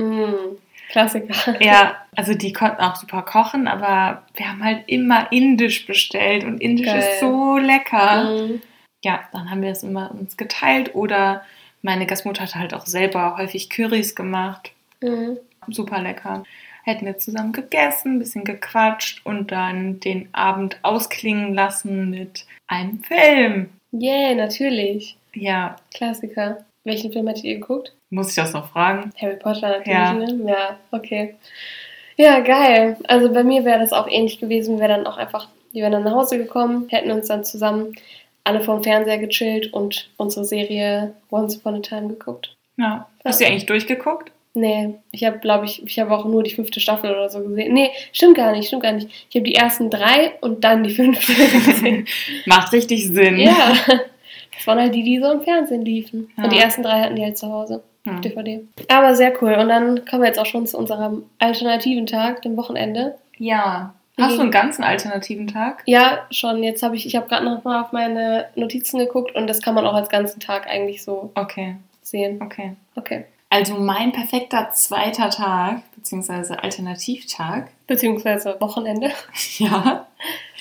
Klassiker. Ja, also die konnten auch super kochen, aber wir haben halt immer indisch bestellt und indisch ist so lecker. Ja, dann haben wir es immer uns geteilt oder meine Gastmutter hat halt auch selber häufig Currys gemacht. Super lecker. Hätten wir zusammen gegessen, ein bisschen gequatscht und dann den Abend ausklingen lassen mit einem Film. Yeah, natürlich. Ja. Klassiker. Welchen Film hattet ihr geguckt? Muss ich das noch fragen? Harry Potter natürlich, ne? Ja, okay. Ja, geil. Also bei mir wäre das auch ähnlich gewesen. Wir wären dann nach Hause gekommen, hätten uns dann zusammen alle vorm Fernseher gechillt und unsere Serie Once Upon a Time geguckt. Ja. Hast du die eigentlich durchgeguckt? Nee, ich habe auch nur die 5. Staffel oder so gesehen. Nee, stimmt gar nicht. Ich habe die ersten 3 und dann die 5. gesehen. Macht richtig Sinn. Ja, das waren halt die so im Fernsehen liefen. Ja. Und die ersten 3 hatten die halt zu Hause. DVD. Aber sehr cool. Und dann kommen wir jetzt auch schon zu unserem alternativen Tag, dem Wochenende. Ja. Hast du einen ganzen alternativen Tag? Ja, schon. Jetzt habe ich habe gerade noch mal auf meine Notizen geguckt und das kann man auch als ganzen Tag eigentlich so sehen. Okay. Also mein perfekter zweiter Tag, beziehungsweise Alternativtag. Beziehungsweise Wochenende. Ja.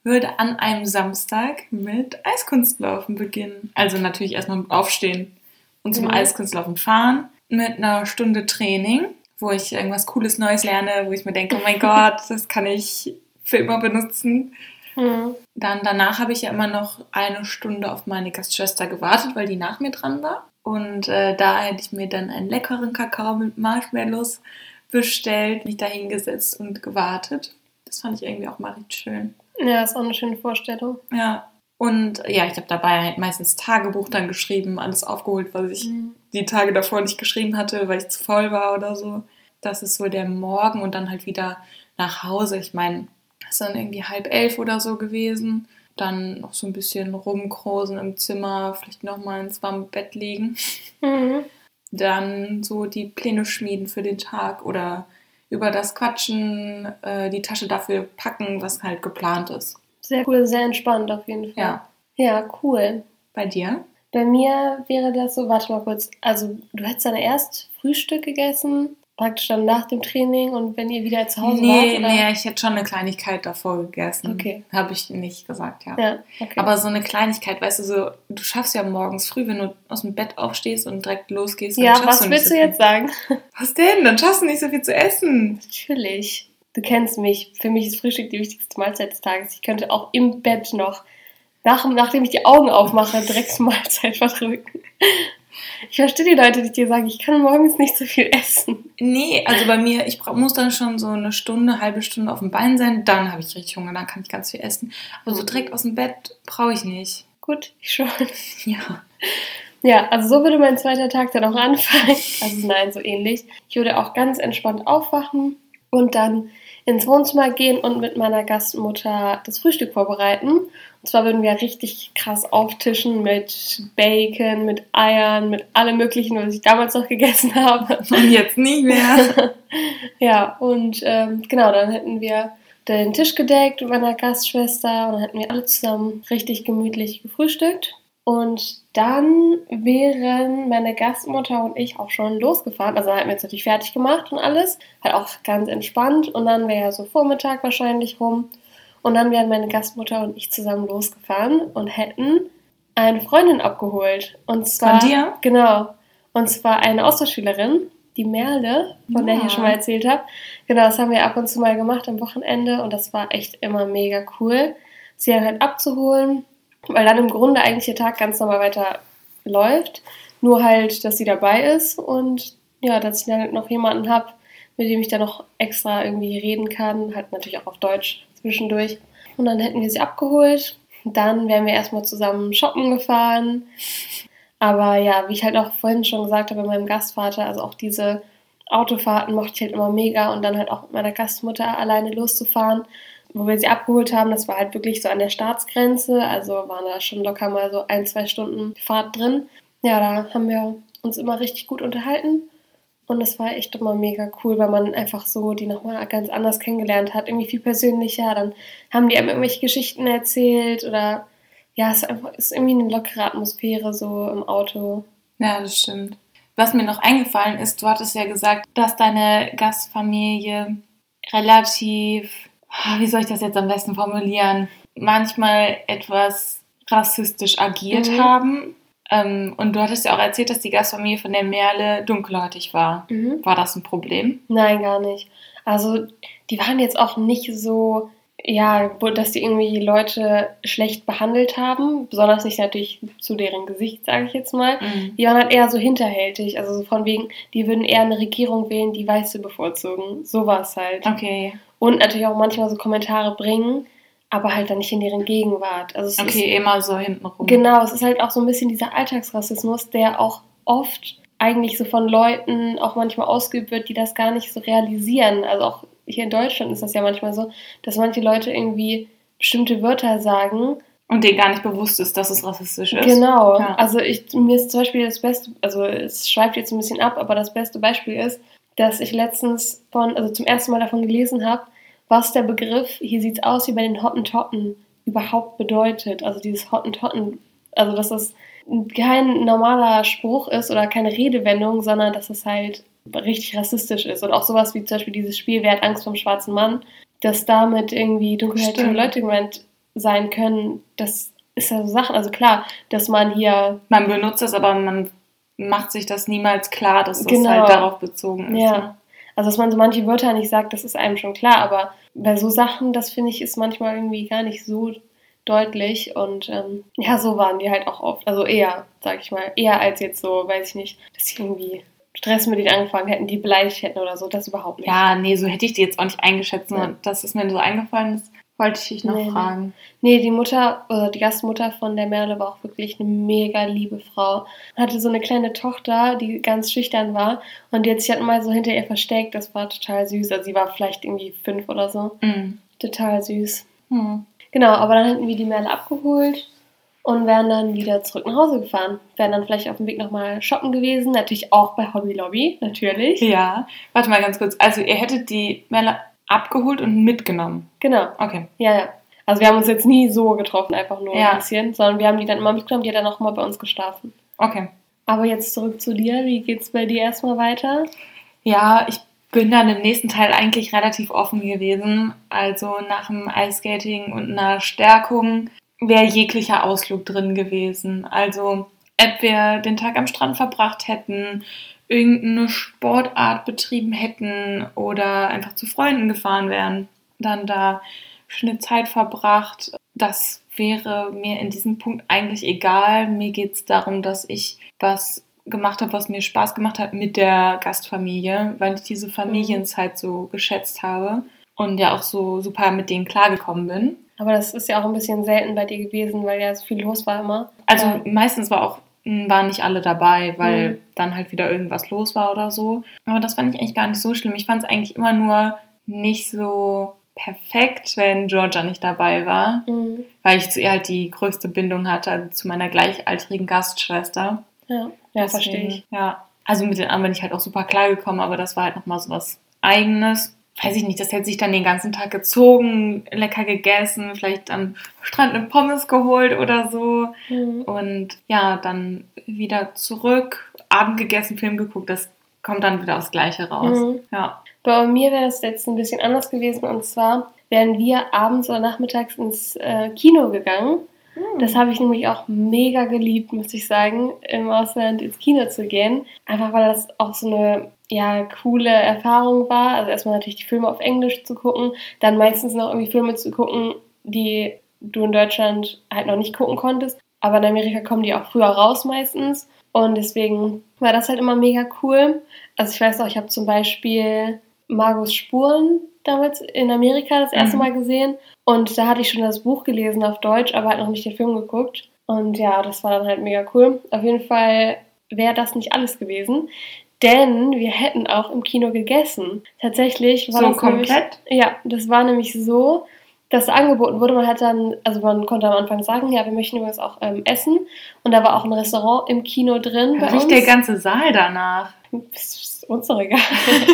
würde an einem Samstag mit Eiskunstlaufen beginnen. Also natürlich erstmal mit Aufstehen und zum Eiskunstlaufen fahren mit einer Stunde Training, wo ich irgendwas Cooles Neues lerne, wo ich mir denke, oh mein Gott, das kann ich für immer benutzen. Dann danach habe ich ja immer noch eine Stunde auf meine Gastschwester gewartet, weil die nach mir dran war. Und da hätte ich mir dann einen leckeren Kakao mit Marshmallows bestellt, mich da hingesetzt und gewartet. Das fand ich irgendwie auch mal richtig schön. Ja, ist auch eine schöne Vorstellung. Ja, und ja, ich habe dabei halt meistens Tagebuch dann geschrieben, alles aufgeholt, was ich die Tage davor nicht geschrieben hatte, weil ich zu faul war oder so. Das ist so der Morgen und dann halt wieder nach Hause. Ich meine, es ist dann irgendwie 10:30 oder so gewesen. Dann noch so ein bisschen rumkrosen im Zimmer, vielleicht nochmal ins warme Bett legen. Dann so die Pläne schmieden für den Tag oder über das Quatschen, die Tasche dafür packen, was halt geplant ist. Sehr cool, sehr entspannt auf jeden Fall. Ja. Ja, cool. Bei dir? Bei mir wäre das so, warte mal kurz, also du hättest dann erst Frühstück gegessen, praktisch dann nach dem Training und wenn ihr wieder zu Hause wart? Oder? Nee, ich hätte schon eine Kleinigkeit davor gegessen. Okay. Habe ich nicht gesagt, ja. Okay. Aber so eine Kleinigkeit, weißt du, so, du schaffst ja morgens früh, wenn du aus dem Bett aufstehst und direkt losgehst. Ja, dann schaffst was willst du jetzt sagen? Was denn? Dann schaffst du nicht so viel zu essen. Natürlich. Du kennst mich. Für mich ist Frühstück die wichtigste Mahlzeit des Tages. Ich könnte auch im Bett noch, nachdem ich die Augen aufmache, direkt zur Mahlzeit verdrücken. Ich verstehe die Leute, die dir sagen, ich kann morgens nicht so viel essen. Nee, also bei mir, ich muss dann schon so eine Stunde, halbe Stunde auf dem Bein sein, dann habe ich richtig Hunger, dann kann ich ganz viel essen. Aber so direkt aus dem Bett brauche ich nicht. Gut, ich schon. Ja. Ja, also so würde mein zweiter Tag dann auch anfangen. Also nein, so ähnlich. Ich würde auch ganz entspannt aufwachen und dann ins Wohnzimmer gehen und mit meiner Gastmutter das Frühstück vorbereiten. Und zwar würden wir richtig krass auftischen mit Bacon, mit Eiern, mit allem Möglichen, was ich damals noch gegessen habe. Und jetzt nicht mehr. Ja, und genau, dann hätten wir den Tisch gedeckt mit meiner Gastschwester und dann hätten wir alle zusammen richtig gemütlich gefrühstückt. Und dann wären meine Gastmutter und ich auch schon losgefahren. Also dann hätten wir uns natürlich fertig gemacht und alles. Halt auch ganz entspannt. Und dann wäre ja so Vormittag wahrscheinlich rum. Und dann wären meine Gastmutter und ich zusammen losgefahren und hätten eine Freundin abgeholt. Und zwar, von dir? Genau. Und zwar eine Austauschschülerin, die Merle, von der ich ja schon mal erzählt habe. Genau, das haben wir ab und zu mal gemacht am Wochenende. Und das war echt immer mega cool, sie halt abzuholen. Weil dann im Grunde eigentlich der Tag ganz normal weiter läuft. Nur halt, dass sie dabei ist und ja, dass ich dann halt noch jemanden habe, mit dem ich dann noch extra irgendwie reden kann. Halt natürlich auch auf Deutsch zwischendurch. Und dann hätten wir sie abgeholt. Dann wären wir erstmal zusammen shoppen gefahren. Aber ja, wie ich halt auch vorhin schon gesagt habe bei meinem Gastvater, also auch diese Autofahrten mochte ich halt immer mega. Und dann halt auch mit meiner Gastmutter alleine loszufahren, wo wir sie abgeholt haben, das war halt wirklich so an der Staatsgrenze, also waren da schon locker mal so 1-2 Stunden Fahrt drin. Ja, da haben wir uns immer richtig gut unterhalten und das war echt immer mega cool, weil man einfach so die nochmal ganz anders kennengelernt hat, irgendwie viel persönlicher, dann haben die einem irgendwelche Geschichten erzählt oder ja, es ist irgendwie eine lockere Atmosphäre so im Auto. Ja, das stimmt. Was mir noch eingefallen ist, du hattest ja gesagt, dass deine Gastfamilie relativ, wie soll ich das jetzt am besten formulieren, manchmal etwas rassistisch agiert haben. Und du hattest ja auch erzählt, dass die Gastfamilie von der Merle dunkelhäutig war. War das ein Problem? Nein, gar nicht. Also die waren jetzt auch nicht so, ja, dass die irgendwie Leute schlecht behandelt haben, besonders nicht natürlich zu deren Gesicht, sage ich jetzt mal. Die waren halt eher so hinterhältig, also so von wegen, die würden eher eine Regierung wählen, die Weiße bevorzugen. So war es halt. Okay. Und natürlich auch manchmal so Kommentare bringen, aber halt dann nicht in deren Gegenwart. Also es ist, immer so hintenrum. Genau, es ist halt auch so ein bisschen dieser Alltagsrassismus, der auch oft eigentlich so von Leuten auch manchmal ausgeübt wird, die das gar nicht so realisieren. Also auch hier in Deutschland ist das ja manchmal so, dass manche Leute irgendwie bestimmte Wörter sagen. Und denen gar nicht bewusst ist, dass es rassistisch ist. Genau. Ja. Also mir ist zum Beispiel das Beste, also es schweift jetzt ein bisschen ab, aber das beste Beispiel ist, dass ich letztens zum ersten Mal davon gelesen habe, was der Begriff, hier sieht's aus wie bei den Hottentotten, überhaupt bedeutet. Also dieses Hottentotten, also dass das kein normaler Spruch ist oder keine Redewendung, sondern dass es halt richtig rassistisch ist. Und auch sowas wie zum Beispiel dieses Spiel, wer hat Angst vom schwarzen Mann, dass damit irgendwie dunkelhäutige Leute gemeint sein können, das ist ja so Sachen, also klar, dass man hier... Man benutzt das, aber man macht sich das niemals klar, dass das Genau. halt darauf bezogen ist. Ja, Ne? also dass man so manche Wörter nicht sagt, das ist einem schon klar, aber bei so Sachen, das finde ich, ist manchmal irgendwie gar nicht so deutlich und ja, so waren die halt auch oft, also eher, sag ich mal, eher als jetzt so, weiß ich nicht, dass sie irgendwie Stress mit denen angefangen hätten, die beleidigt hätten oder so, das überhaupt nicht. Ja, nee, so hätte ich die jetzt auch nicht eingeschätzt, nur Ja. dass es mir so eingefallen ist, wollte ich dich noch fragen. Nee, die Mutter, oder die Gastmutter von der Merle war auch wirklich eine mega liebe Frau. Hatte so eine kleine Tochter, die ganz schüchtern war und die hat sich halt mal so hinter ihr versteckt, das war total süß, also sie war vielleicht irgendwie 5 oder so. Total süß. Genau, aber dann hätten wir die Merle abgeholt und wären dann wieder zurück nach Hause gefahren. Wären dann vielleicht auf dem Weg nochmal shoppen gewesen, natürlich auch bei Hobby Lobby, natürlich. Ja, warte mal ganz kurz. Also ihr hättet die Merle abgeholt und mitgenommen? Genau. Okay. Ja. Also wir haben uns jetzt nie so getroffen, einfach nur Ja. ein bisschen, sondern wir haben die dann immer mitgenommen, die hat dann auch mal bei uns geschlafen. Okay. Aber jetzt zurück zu dir, wie geht's bei dir erstmal weiter? Ja, ich bin dann im nächsten Teil eigentlich relativ offen gewesen. Also nach dem Eiskating und einer Stärkung wäre jeglicher Ausflug drin gewesen. Also ob wir den Tag am Strand verbracht hätten, irgendeine Sportart betrieben hätten oder einfach zu Freunden gefahren wären, dann da schöne Zeit verbracht. Das wäre mir in diesem Punkt eigentlich egal. Mir geht es darum, dass ich was gemacht habe, was mir Spaß gemacht hat mit der Gastfamilie, weil ich diese Familienzeit so geschätzt habe und ja auch so super mit denen klargekommen bin. Aber das ist ja auch ein bisschen selten bei dir gewesen, weil ja so viel los war immer. Also meistens waren nicht alle dabei, weil dann halt wieder irgendwas los war oder so. Aber das fand ich eigentlich gar nicht so schlimm. Ich fand es eigentlich immer nur nicht so perfekt, wenn Georgia nicht dabei war, weil ich zu ihr halt die größte Bindung hatte, also zu meiner gleichaltrigen Gastschwester. Ja, verstehe ich. Ja, also mit den anderen bin ich halt auch super klar gekommen, aber das war halt nochmal so was Eigenes. Weiß ich nicht, das hätte sich dann den ganzen Tag gezogen, lecker gegessen, vielleicht am Strand eine Pommes geholt oder so. Und ja, dann wieder zurück, Abend gegessen, Film geguckt, das kommt dann wieder aufs Gleiche raus. Ja. Bei mir wäre das jetzt ein bisschen anders gewesen und zwar wären wir abends oder nachmittags ins Kino gegangen. Das habe ich nämlich auch mega geliebt, muss ich sagen, im Ausland ins Kino zu gehen. Einfach weil das auch so eine coole Erfahrung war. Also erstmal natürlich die Filme auf Englisch zu gucken, dann meistens noch irgendwie Filme zu gucken, die du in Deutschland halt noch nicht gucken konntest. Aber in Amerika kommen die auch früher raus meistens. Und deswegen war das halt immer mega cool. Also ich weiß auch, ich habe zum Beispiel Margos Spuren damals in Amerika das erste Mal gesehen. Und da hatte ich schon das Buch gelesen auf Deutsch, aber halt noch nicht den Film geguckt. Und ja, das war dann halt mega cool. Auf jeden Fall wäre das nicht alles gewesen. Denn wir hätten auch im Kino gegessen. Tatsächlich war so das komplett? Das war nämlich so, dass angeboten wurde. Man konnte am Anfang sagen, ja, wir möchten übrigens auch essen. Und da war auch ein Restaurant im Kino drin. Da riecht der ganze Saal danach. Ist uns doch egal.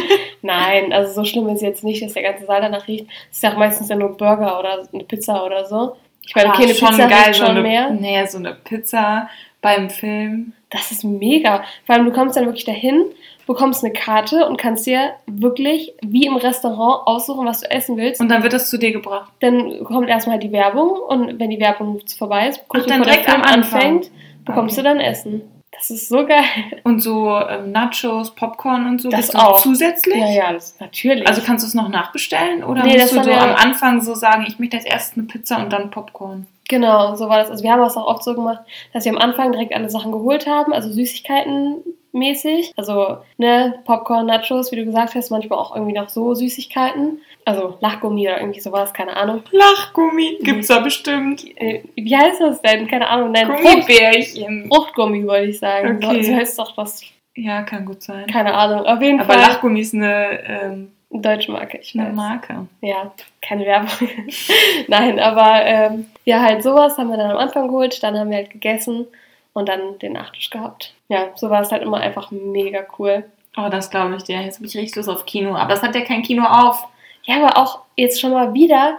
Nein, also so schlimm ist es jetzt nicht, dass der ganze Saal danach riecht. Es ist ja auch meistens ja nur Burger oder eine Pizza oder so. Ich meine, okay, eine schon Pizza geil, riecht schon mehr. Nee, so eine Pizza beim Film. Das ist mega. Vor allem, du kommst dann wirklich dahin, bekommst eine Karte und kannst dir wirklich wie im Restaurant aussuchen, was du essen willst. Und dann wird das zu dir gebracht. Dann kommt erstmal die Werbung und wenn die Werbung vorbei ist, kurz dann bevor der direkt Film am Anfang anfängt, bekommst du dann Essen. Das ist so geil. Und so Nachos, Popcorn und so, Das bist du auch. Zusätzlich? Ja, das natürlich. Also kannst du es noch nachbestellen? Oder Nee, musst du das so haben wir- am Anfang so sagen, ich möchte als erstes eine Pizza und dann Popcorn? Genau, so war das. Also wir haben das auch oft so gemacht, dass wir am Anfang direkt alle Sachen geholt haben, also Süßigkeiten mäßig. Also Popcorn, Nachos, wie du gesagt hast, manchmal auch irgendwie noch so Süßigkeiten. Also Lachgummi oder irgendwie sowas, keine Ahnung. Lachgummi gibt's da bestimmt. Wie heißt das denn? Keine Ahnung. Nein, Gummibärchen. Fruchtgummi wollte ich sagen. Okay. So heißt doch was. Ja, kann gut sein. Keine Ahnung. Auf jeden Aber Fall. Lachgummi ist eine Deutsche Marke, ich weiß. Marke. Ja, keine Werbung. Nein, aber halt sowas haben wir dann am Anfang geholt, dann haben wir halt gegessen und dann den Nachtisch gehabt. Ja, so war es halt immer einfach mega cool. Oh, das glaube ich dir. Jetzt habe ich richtig Lust auf Kino. Aber es hat ja kein Kino auf. Ja, aber auch jetzt schon mal wieder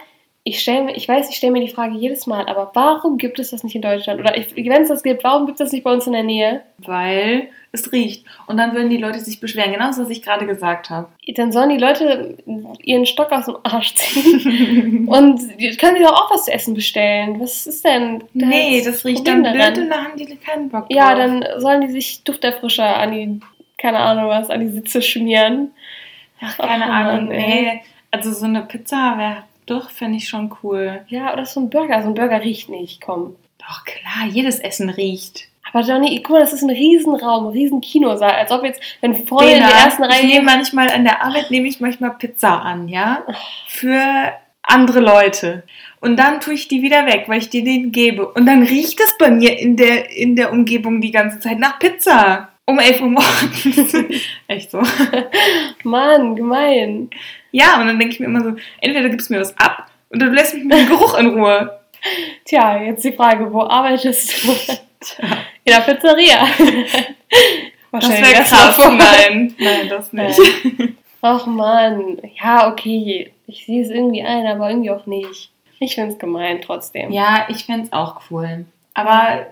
ich stelle mir die Frage jedes Mal, aber warum gibt es das nicht in Deutschland? Oder wenn es das gibt, warum gibt es das nicht bei uns in der Nähe? Weil es riecht. Und dann würden die Leute sich beschweren. Genau das, was ich gerade gesagt habe. Dann sollen die Leute ihren Stock aus dem Arsch ziehen und die können sich doch auch was zu essen bestellen. Was ist denn? Nee, das riecht dann blöd und da haben die keinen Bock drauf. Ja, dann sollen die sich Dufterfrischer an die, keine Ahnung was, an die Sitze schmieren. Ach, keine Ahnung. Nee, also so eine Pizza wäre doch, finde ich schon cool. Ja, oder so ein Burger. So ein Burger riecht nicht, komm. Doch, klar, jedes Essen riecht. Aber Johnny, guck mal, das ist ein Riesenraum, ein riesen Kinosaal. Als ob jetzt, wenn vorne in der ersten Reihe... Ich nehme manchmal an der Arbeit, Pizza an, ja? Für andere Leute. Und dann tue ich die wieder weg, weil ich dir den gebe. Und dann riecht es bei mir in der Umgebung die ganze Zeit nach Pizza. Um 11 Uhr morgens. Echt so. Mann, gemein. Ja, und dann denke ich mir immer so, entweder gibst du mir was ab oder du lässt mich mit dem Geruch in Ruhe. Tja, jetzt die Frage, wo arbeitest du? In der Pizzeria. Das wäre krass. Nein, das nicht. Ach Mann, ja, okay. Ich sehe es irgendwie ein, aber irgendwie auch nicht. Ich finde es gemein trotzdem. Ja, ich fände es auch cool. Aber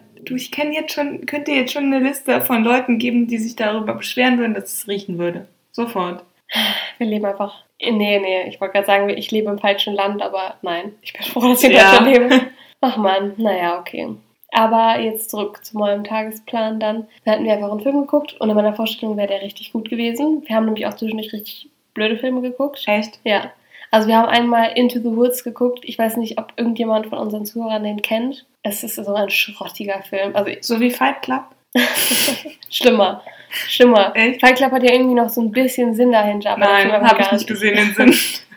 könnte jetzt schon eine Liste von Leuten geben, die sich darüber beschweren würden, dass es riechen würde. Sofort. Wir leben einfach... Nee, ich wollte gerade sagen, ich lebe im falschen Land, aber nein. Ich bin froh, dass ich in Deutschland lebe. Ach Mann, naja, okay. Aber jetzt zurück zu meinem Tagesplan dann. Da hatten wir einfach einen Film geguckt und in meiner Vorstellung wäre der richtig gut gewesen. Wir haben nämlich auch zwischendurch richtig blöde Filme geguckt. Echt? Ja. Also wir haben einmal Into the Woods geguckt. Ich weiß nicht, ob irgendjemand von unseren Zuhörern den kennt. Es ist so ein schrottiger Film. Also so wie Fight Club? Schlimmer. Echt? Fight Club hat ja irgendwie noch so ein bisschen Sinn dahinter. Aber nein, habe ich nicht gesehen, den Sinn.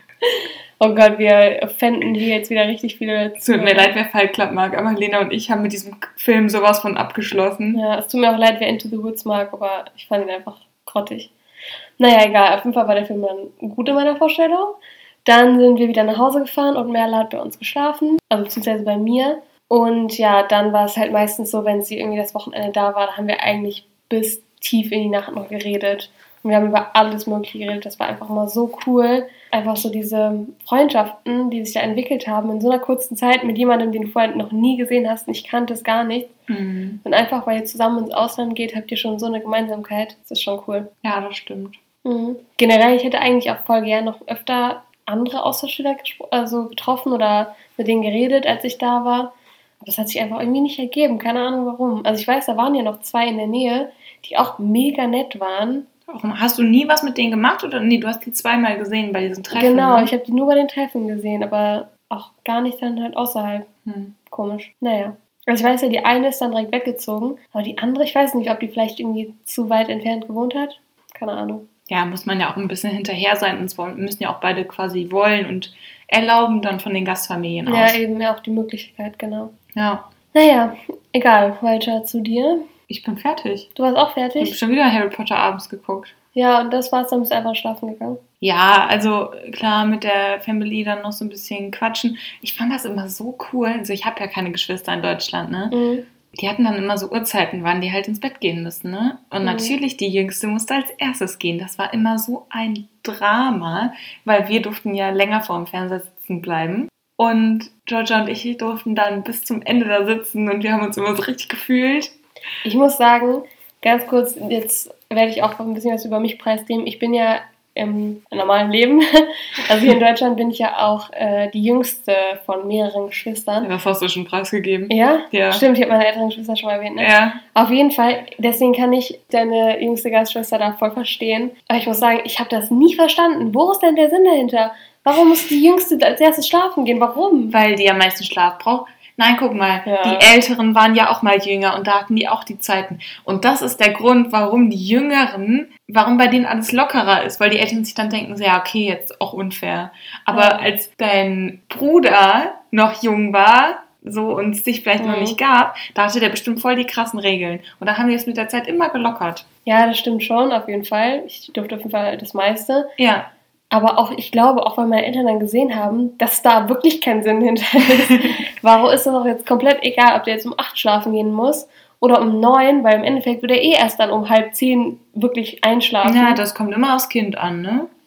Oh Gott, wir fänden hier jetzt wieder richtig viele... Es tut mir leid, wer Fight Club mag, aber Lena und ich haben mit diesem Film sowas von abgeschlossen. Ja, es tut mir auch leid, wer Into the Woods mag, aber ich fand ihn einfach grottig. Naja, egal, auf jeden Fall war der Film dann gut in meiner Vorstellung. Dann sind wir wieder nach Hause gefahren und Merle hat bei uns geschlafen, also beziehungsweise bei mir. Und ja, dann war es halt meistens so, wenn sie irgendwie das Wochenende da war, da haben wir eigentlich bis tief in die Nacht noch geredet. Und wir haben über alles Mögliche geredet. Das war einfach mal so cool. Einfach so diese Freundschaften, die sich da entwickelt haben in so einer kurzen Zeit mit jemandem, den du vorher noch nie gesehen hast. Und ich kannte es gar nicht. Mhm. Und einfach, weil ihr zusammen ins Ausland geht, habt ihr schon so eine Gemeinsamkeit. Das ist schon cool. Ja, das stimmt. Mhm. Generell, ich hätte eigentlich auch voll gerne noch öfter andere Austauschschüler getroffen oder mit denen geredet, als ich da war. Aber das hat sich einfach irgendwie nicht ergeben. Keine Ahnung warum. Also ich weiß, da waren ja noch 2 in der Nähe, die auch mega nett waren. Hast du nie was mit denen gemacht? Oder nee, du hast die 2-mal gesehen bei diesen Treffen? Genau, ne? Ich habe die nur bei den Treffen gesehen, aber auch gar nicht dann halt außerhalb. Komisch. Naja. Also ich weiß ja, die eine ist dann direkt weggezogen, aber die andere, ich weiß nicht, ob die vielleicht irgendwie zu weit entfernt gewohnt hat. Keine Ahnung. Ja, muss man ja auch ein bisschen hinterher sein. Und zwar müssen ja auch beide quasi wollen und erlauben dann von den Gastfamilien aus. Ja, eben ja auch die Möglichkeit, genau. Ja. Naja, egal. Weiter zu dir. Ich bin fertig. Du warst auch fertig? Ich habe schon wieder Harry Potter abends geguckt. Ja, und das war's, dann bist du einfach schlafen gegangen? Ja, also klar, mit der Family dann noch so ein bisschen quatschen. Ich fand das immer so cool. Also ich habe ja keine Geschwister in Deutschland, ne? Mhm. Die hatten dann immer so Uhrzeiten, wann die halt ins Bett gehen müssen, ne? Und natürlich, die Jüngste musste als erstes gehen. Das war immer so ein Drama, weil wir durften ja länger vor dem Fernseher sitzen bleiben. Und Georgia und ich durften dann bis zum Ende da sitzen und wir haben uns immer so richtig gefühlt. Ich muss sagen, ganz kurz, jetzt werde ich auch ein bisschen was über mich preisgeben. Ich bin ja im normalen Leben, also hier in Deutschland bin ich ja auch die jüngste von mehreren Geschwistern. Ja, das hast du schon preisgegeben. Ja? Ja. Stimmt, ich habe meine älteren Geschwister schon mal erwähnt, ne? Ja. Auf jeden Fall, deswegen kann ich deine jüngste Gastschwester da voll verstehen. Aber ich muss sagen, ich habe das nie verstanden. Wo ist denn der Sinn dahinter? Warum muss die Jüngste als erstes schlafen gehen? Warum? Weil die am meisten Schlaf braucht. Nein, guck mal, Die Älteren waren ja auch mal jünger und da hatten die auch die Zeiten. Und das ist der Grund, warum die Jüngeren, warum bei denen alles lockerer ist, weil die Eltern sich dann denken, so, ja, okay, jetzt auch unfair. Aber als dein Bruder noch jung war, so und es sich vielleicht noch nicht gab, da hatte der bestimmt voll die krassen Regeln. Und da haben wir es mit der Zeit immer gelockert. Ja, das stimmt schon, auf jeden Fall. Ich durfte auf jeden Fall das meiste. Ja. Aber auch, ich glaube, auch weil meine Eltern dann gesehen haben, dass da wirklich kein Sinn hinter ist. Warum ist das auch jetzt komplett egal, ob der jetzt um 8 schlafen gehen muss oder um 9, weil im Endeffekt wird er erst dann um 9:30 wirklich einschlafen. Ja, das kommt immer aufs Kind an, ne?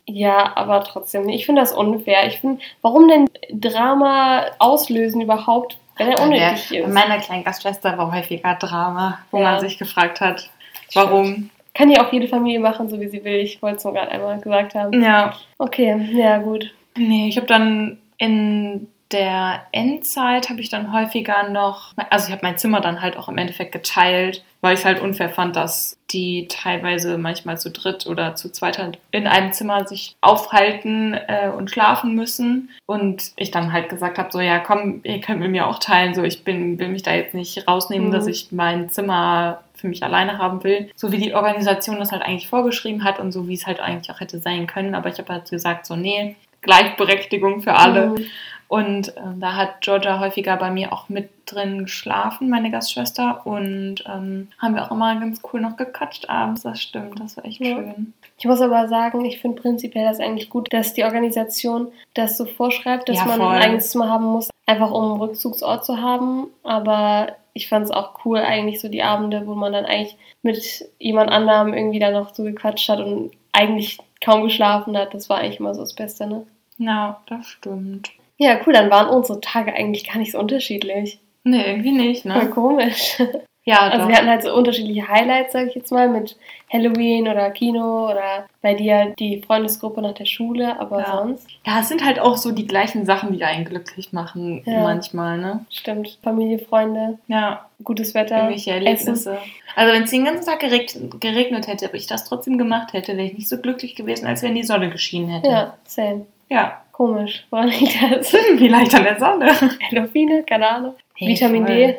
Ja, aber trotzdem, ich finde das unfair. Ich finde, warum denn Drama auslösen überhaupt, wenn er unnötig ist? Bei meiner kleinen Gastschwester war häufiger Drama, wo man sich gefragt hat, warum. Stimmt. Kann ja auch jede Familie machen, so wie sie will. Ich wollte es nur gerade einmal gesagt haben. Ja. Okay, ja gut. Nee, ich habe dann in der Endzeit habe ich dann häufiger noch, also ich habe mein Zimmer dann halt auch im Endeffekt geteilt, weil ich es halt unfair fand, dass die teilweise manchmal zu dritt oder zu zweit halt in einem Zimmer sich aufhalten und schlafen müssen. Und ich dann halt gesagt habe, so ja komm, ihr könnt mit mir auch teilen, so will mich da jetzt nicht rausnehmen, dass ich mein Zimmer für mich alleine haben will. So wie die Organisation das halt eigentlich vorgeschrieben hat und so wie es halt eigentlich auch hätte sein können. Aber ich habe halt gesagt, so nee, Gleichberechtigung für alle. Und da hat Georgia häufiger bei mir auch mit drin geschlafen, meine Gastschwester. Und haben wir auch immer ganz cool noch gequatscht abends. Das stimmt, das war echt schön. Ich muss aber sagen, ich finde prinzipiell das eigentlich gut, dass die Organisation das so vorschreibt, dass man ein eigenes Zimmer haben muss, einfach um einen Rückzugsort zu haben. Aber ich fand es auch cool eigentlich so die Abende, wo man dann eigentlich mit jemand anderem irgendwie dann noch so gequatscht hat und eigentlich kaum geschlafen hat. Das war eigentlich immer so das Beste, ne? Ja, das stimmt. Ja, cool, dann waren unsere Tage eigentlich gar nicht so unterschiedlich. Nee, irgendwie nicht, ne? Voll komisch. Ja, also wir hatten halt so unterschiedliche Highlights, sag ich jetzt mal, mit Halloween oder Kino oder bei dir die Freundesgruppe nach der Schule, aber sonst. Ja, es sind halt auch so die gleichen Sachen, die einen glücklich machen manchmal, ne? Stimmt, Familie, Freunde, gutes Wetter, irgendwelche Erlebnisse. Essen. Also wenn es den ganzen Tag geregnet hätte, aber ich das trotzdem gemacht hätte, wäre ich nicht so glücklich gewesen, als wenn die Sonne geschienen hätte. Ja, same. Ja. Komisch, woran liegt das? Vielleicht an der Sonne. Endorphine, keine Ahnung. Hey, Vitamin D.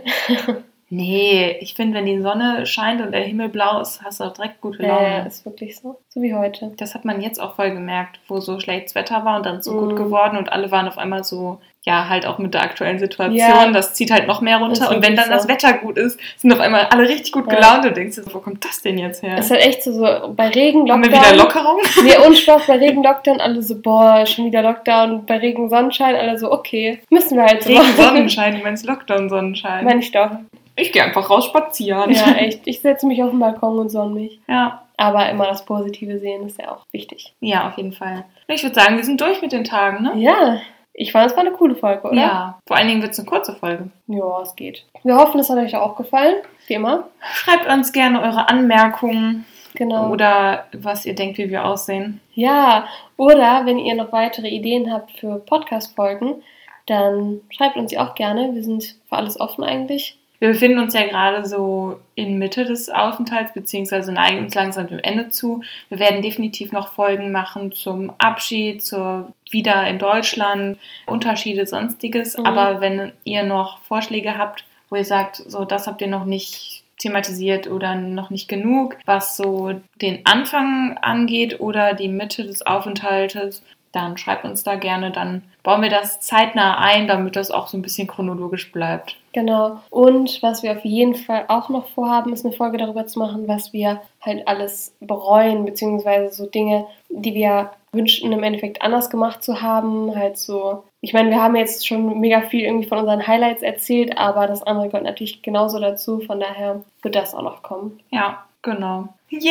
Nee, ich finde, wenn die Sonne scheint und der Himmel blau ist, hast du auch direkt gute Laune. Ja, ist wirklich so. So wie heute. Das hat man jetzt auch voll gemerkt, wo so schlechtes Wetter war und dann so gut geworden und alle waren auf einmal so, ja, halt auch mit der aktuellen Situation, das zieht halt noch mehr runter und wenn dann das Wetter gut ist, sind auf einmal alle richtig gut gelaunt und denkst du, wo kommt das denn jetzt her? Es ist halt echt so bei Regen, Lockdown. Haben wir wieder Lockerung? Nee, und Spaß, bei Regen, Lockdown, alle so, boah, schon wieder Lockdown, bei Regen, Sonnenschein, alle so, okay, müssen wir halt so machen. Regen, Sonnenschein, du meinst Lockdown, Sonnenschein? Meine ich doch. Ich gehe einfach raus spazieren. Ja, echt. Ich setze mich auf den Balkon und sonne mich. Ja. Aber immer das Positive sehen ist ja auch wichtig. Ja, auf jeden Fall. Ich würde sagen, wir sind durch mit den Tagen, ne? Ja. Ich fand, es war eine coole Folge, oder? Ja. Vor allen Dingen wird es eine kurze Folge. Ja, es geht. Wir hoffen, es hat euch auch gefallen. Wie immer. Schreibt uns gerne eure Anmerkungen. Genau. Oder was ihr denkt, wie wir aussehen. Ja. Oder wenn ihr noch weitere Ideen habt für Podcast-Folgen, dann schreibt uns die auch gerne. Wir sind für alles offen eigentlich. Wir befinden uns ja gerade so in Mitte des Aufenthalts, beziehungsweise neigen uns langsam dem Ende zu. Wir werden definitiv noch Folgen machen zum Abschied, zur Wieder in Deutschland, Unterschiede, Sonstiges. Aber wenn ihr noch Vorschläge habt, wo ihr sagt, so das habt ihr noch nicht thematisiert oder noch nicht genug, was so den Anfang angeht oder die Mitte des Aufenthaltes, dann schreibt uns da gerne, dann bauen wir das zeitnah ein, damit das auch so ein bisschen chronologisch bleibt. Genau. Und was wir auf jeden Fall auch noch vorhaben, ist eine Folge darüber zu machen, was wir halt alles bereuen, beziehungsweise so Dinge, die wir wünschten, im Endeffekt anders gemacht zu haben. Halt so, ich meine, wir haben jetzt schon mega viel irgendwie von unseren Highlights erzählt, aber das andere gehört natürlich genauso dazu, von daher wird das auch noch kommen. Ja, genau.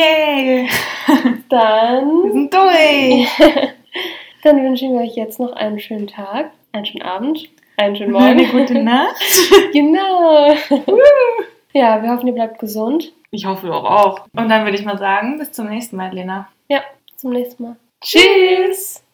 Yay! Dann... Wir sind durch! Dann wünschen wir euch jetzt noch einen schönen Tag, einen schönen Abend, einen schönen Morgen. Eine gute Nacht. Genau. Ja, wir hoffen, ihr bleibt gesund. Ich hoffe doch auch. Und dann würde ich mal sagen, bis zum nächsten Mal, Lena. Ja, bis zum nächsten Mal. Tschüss!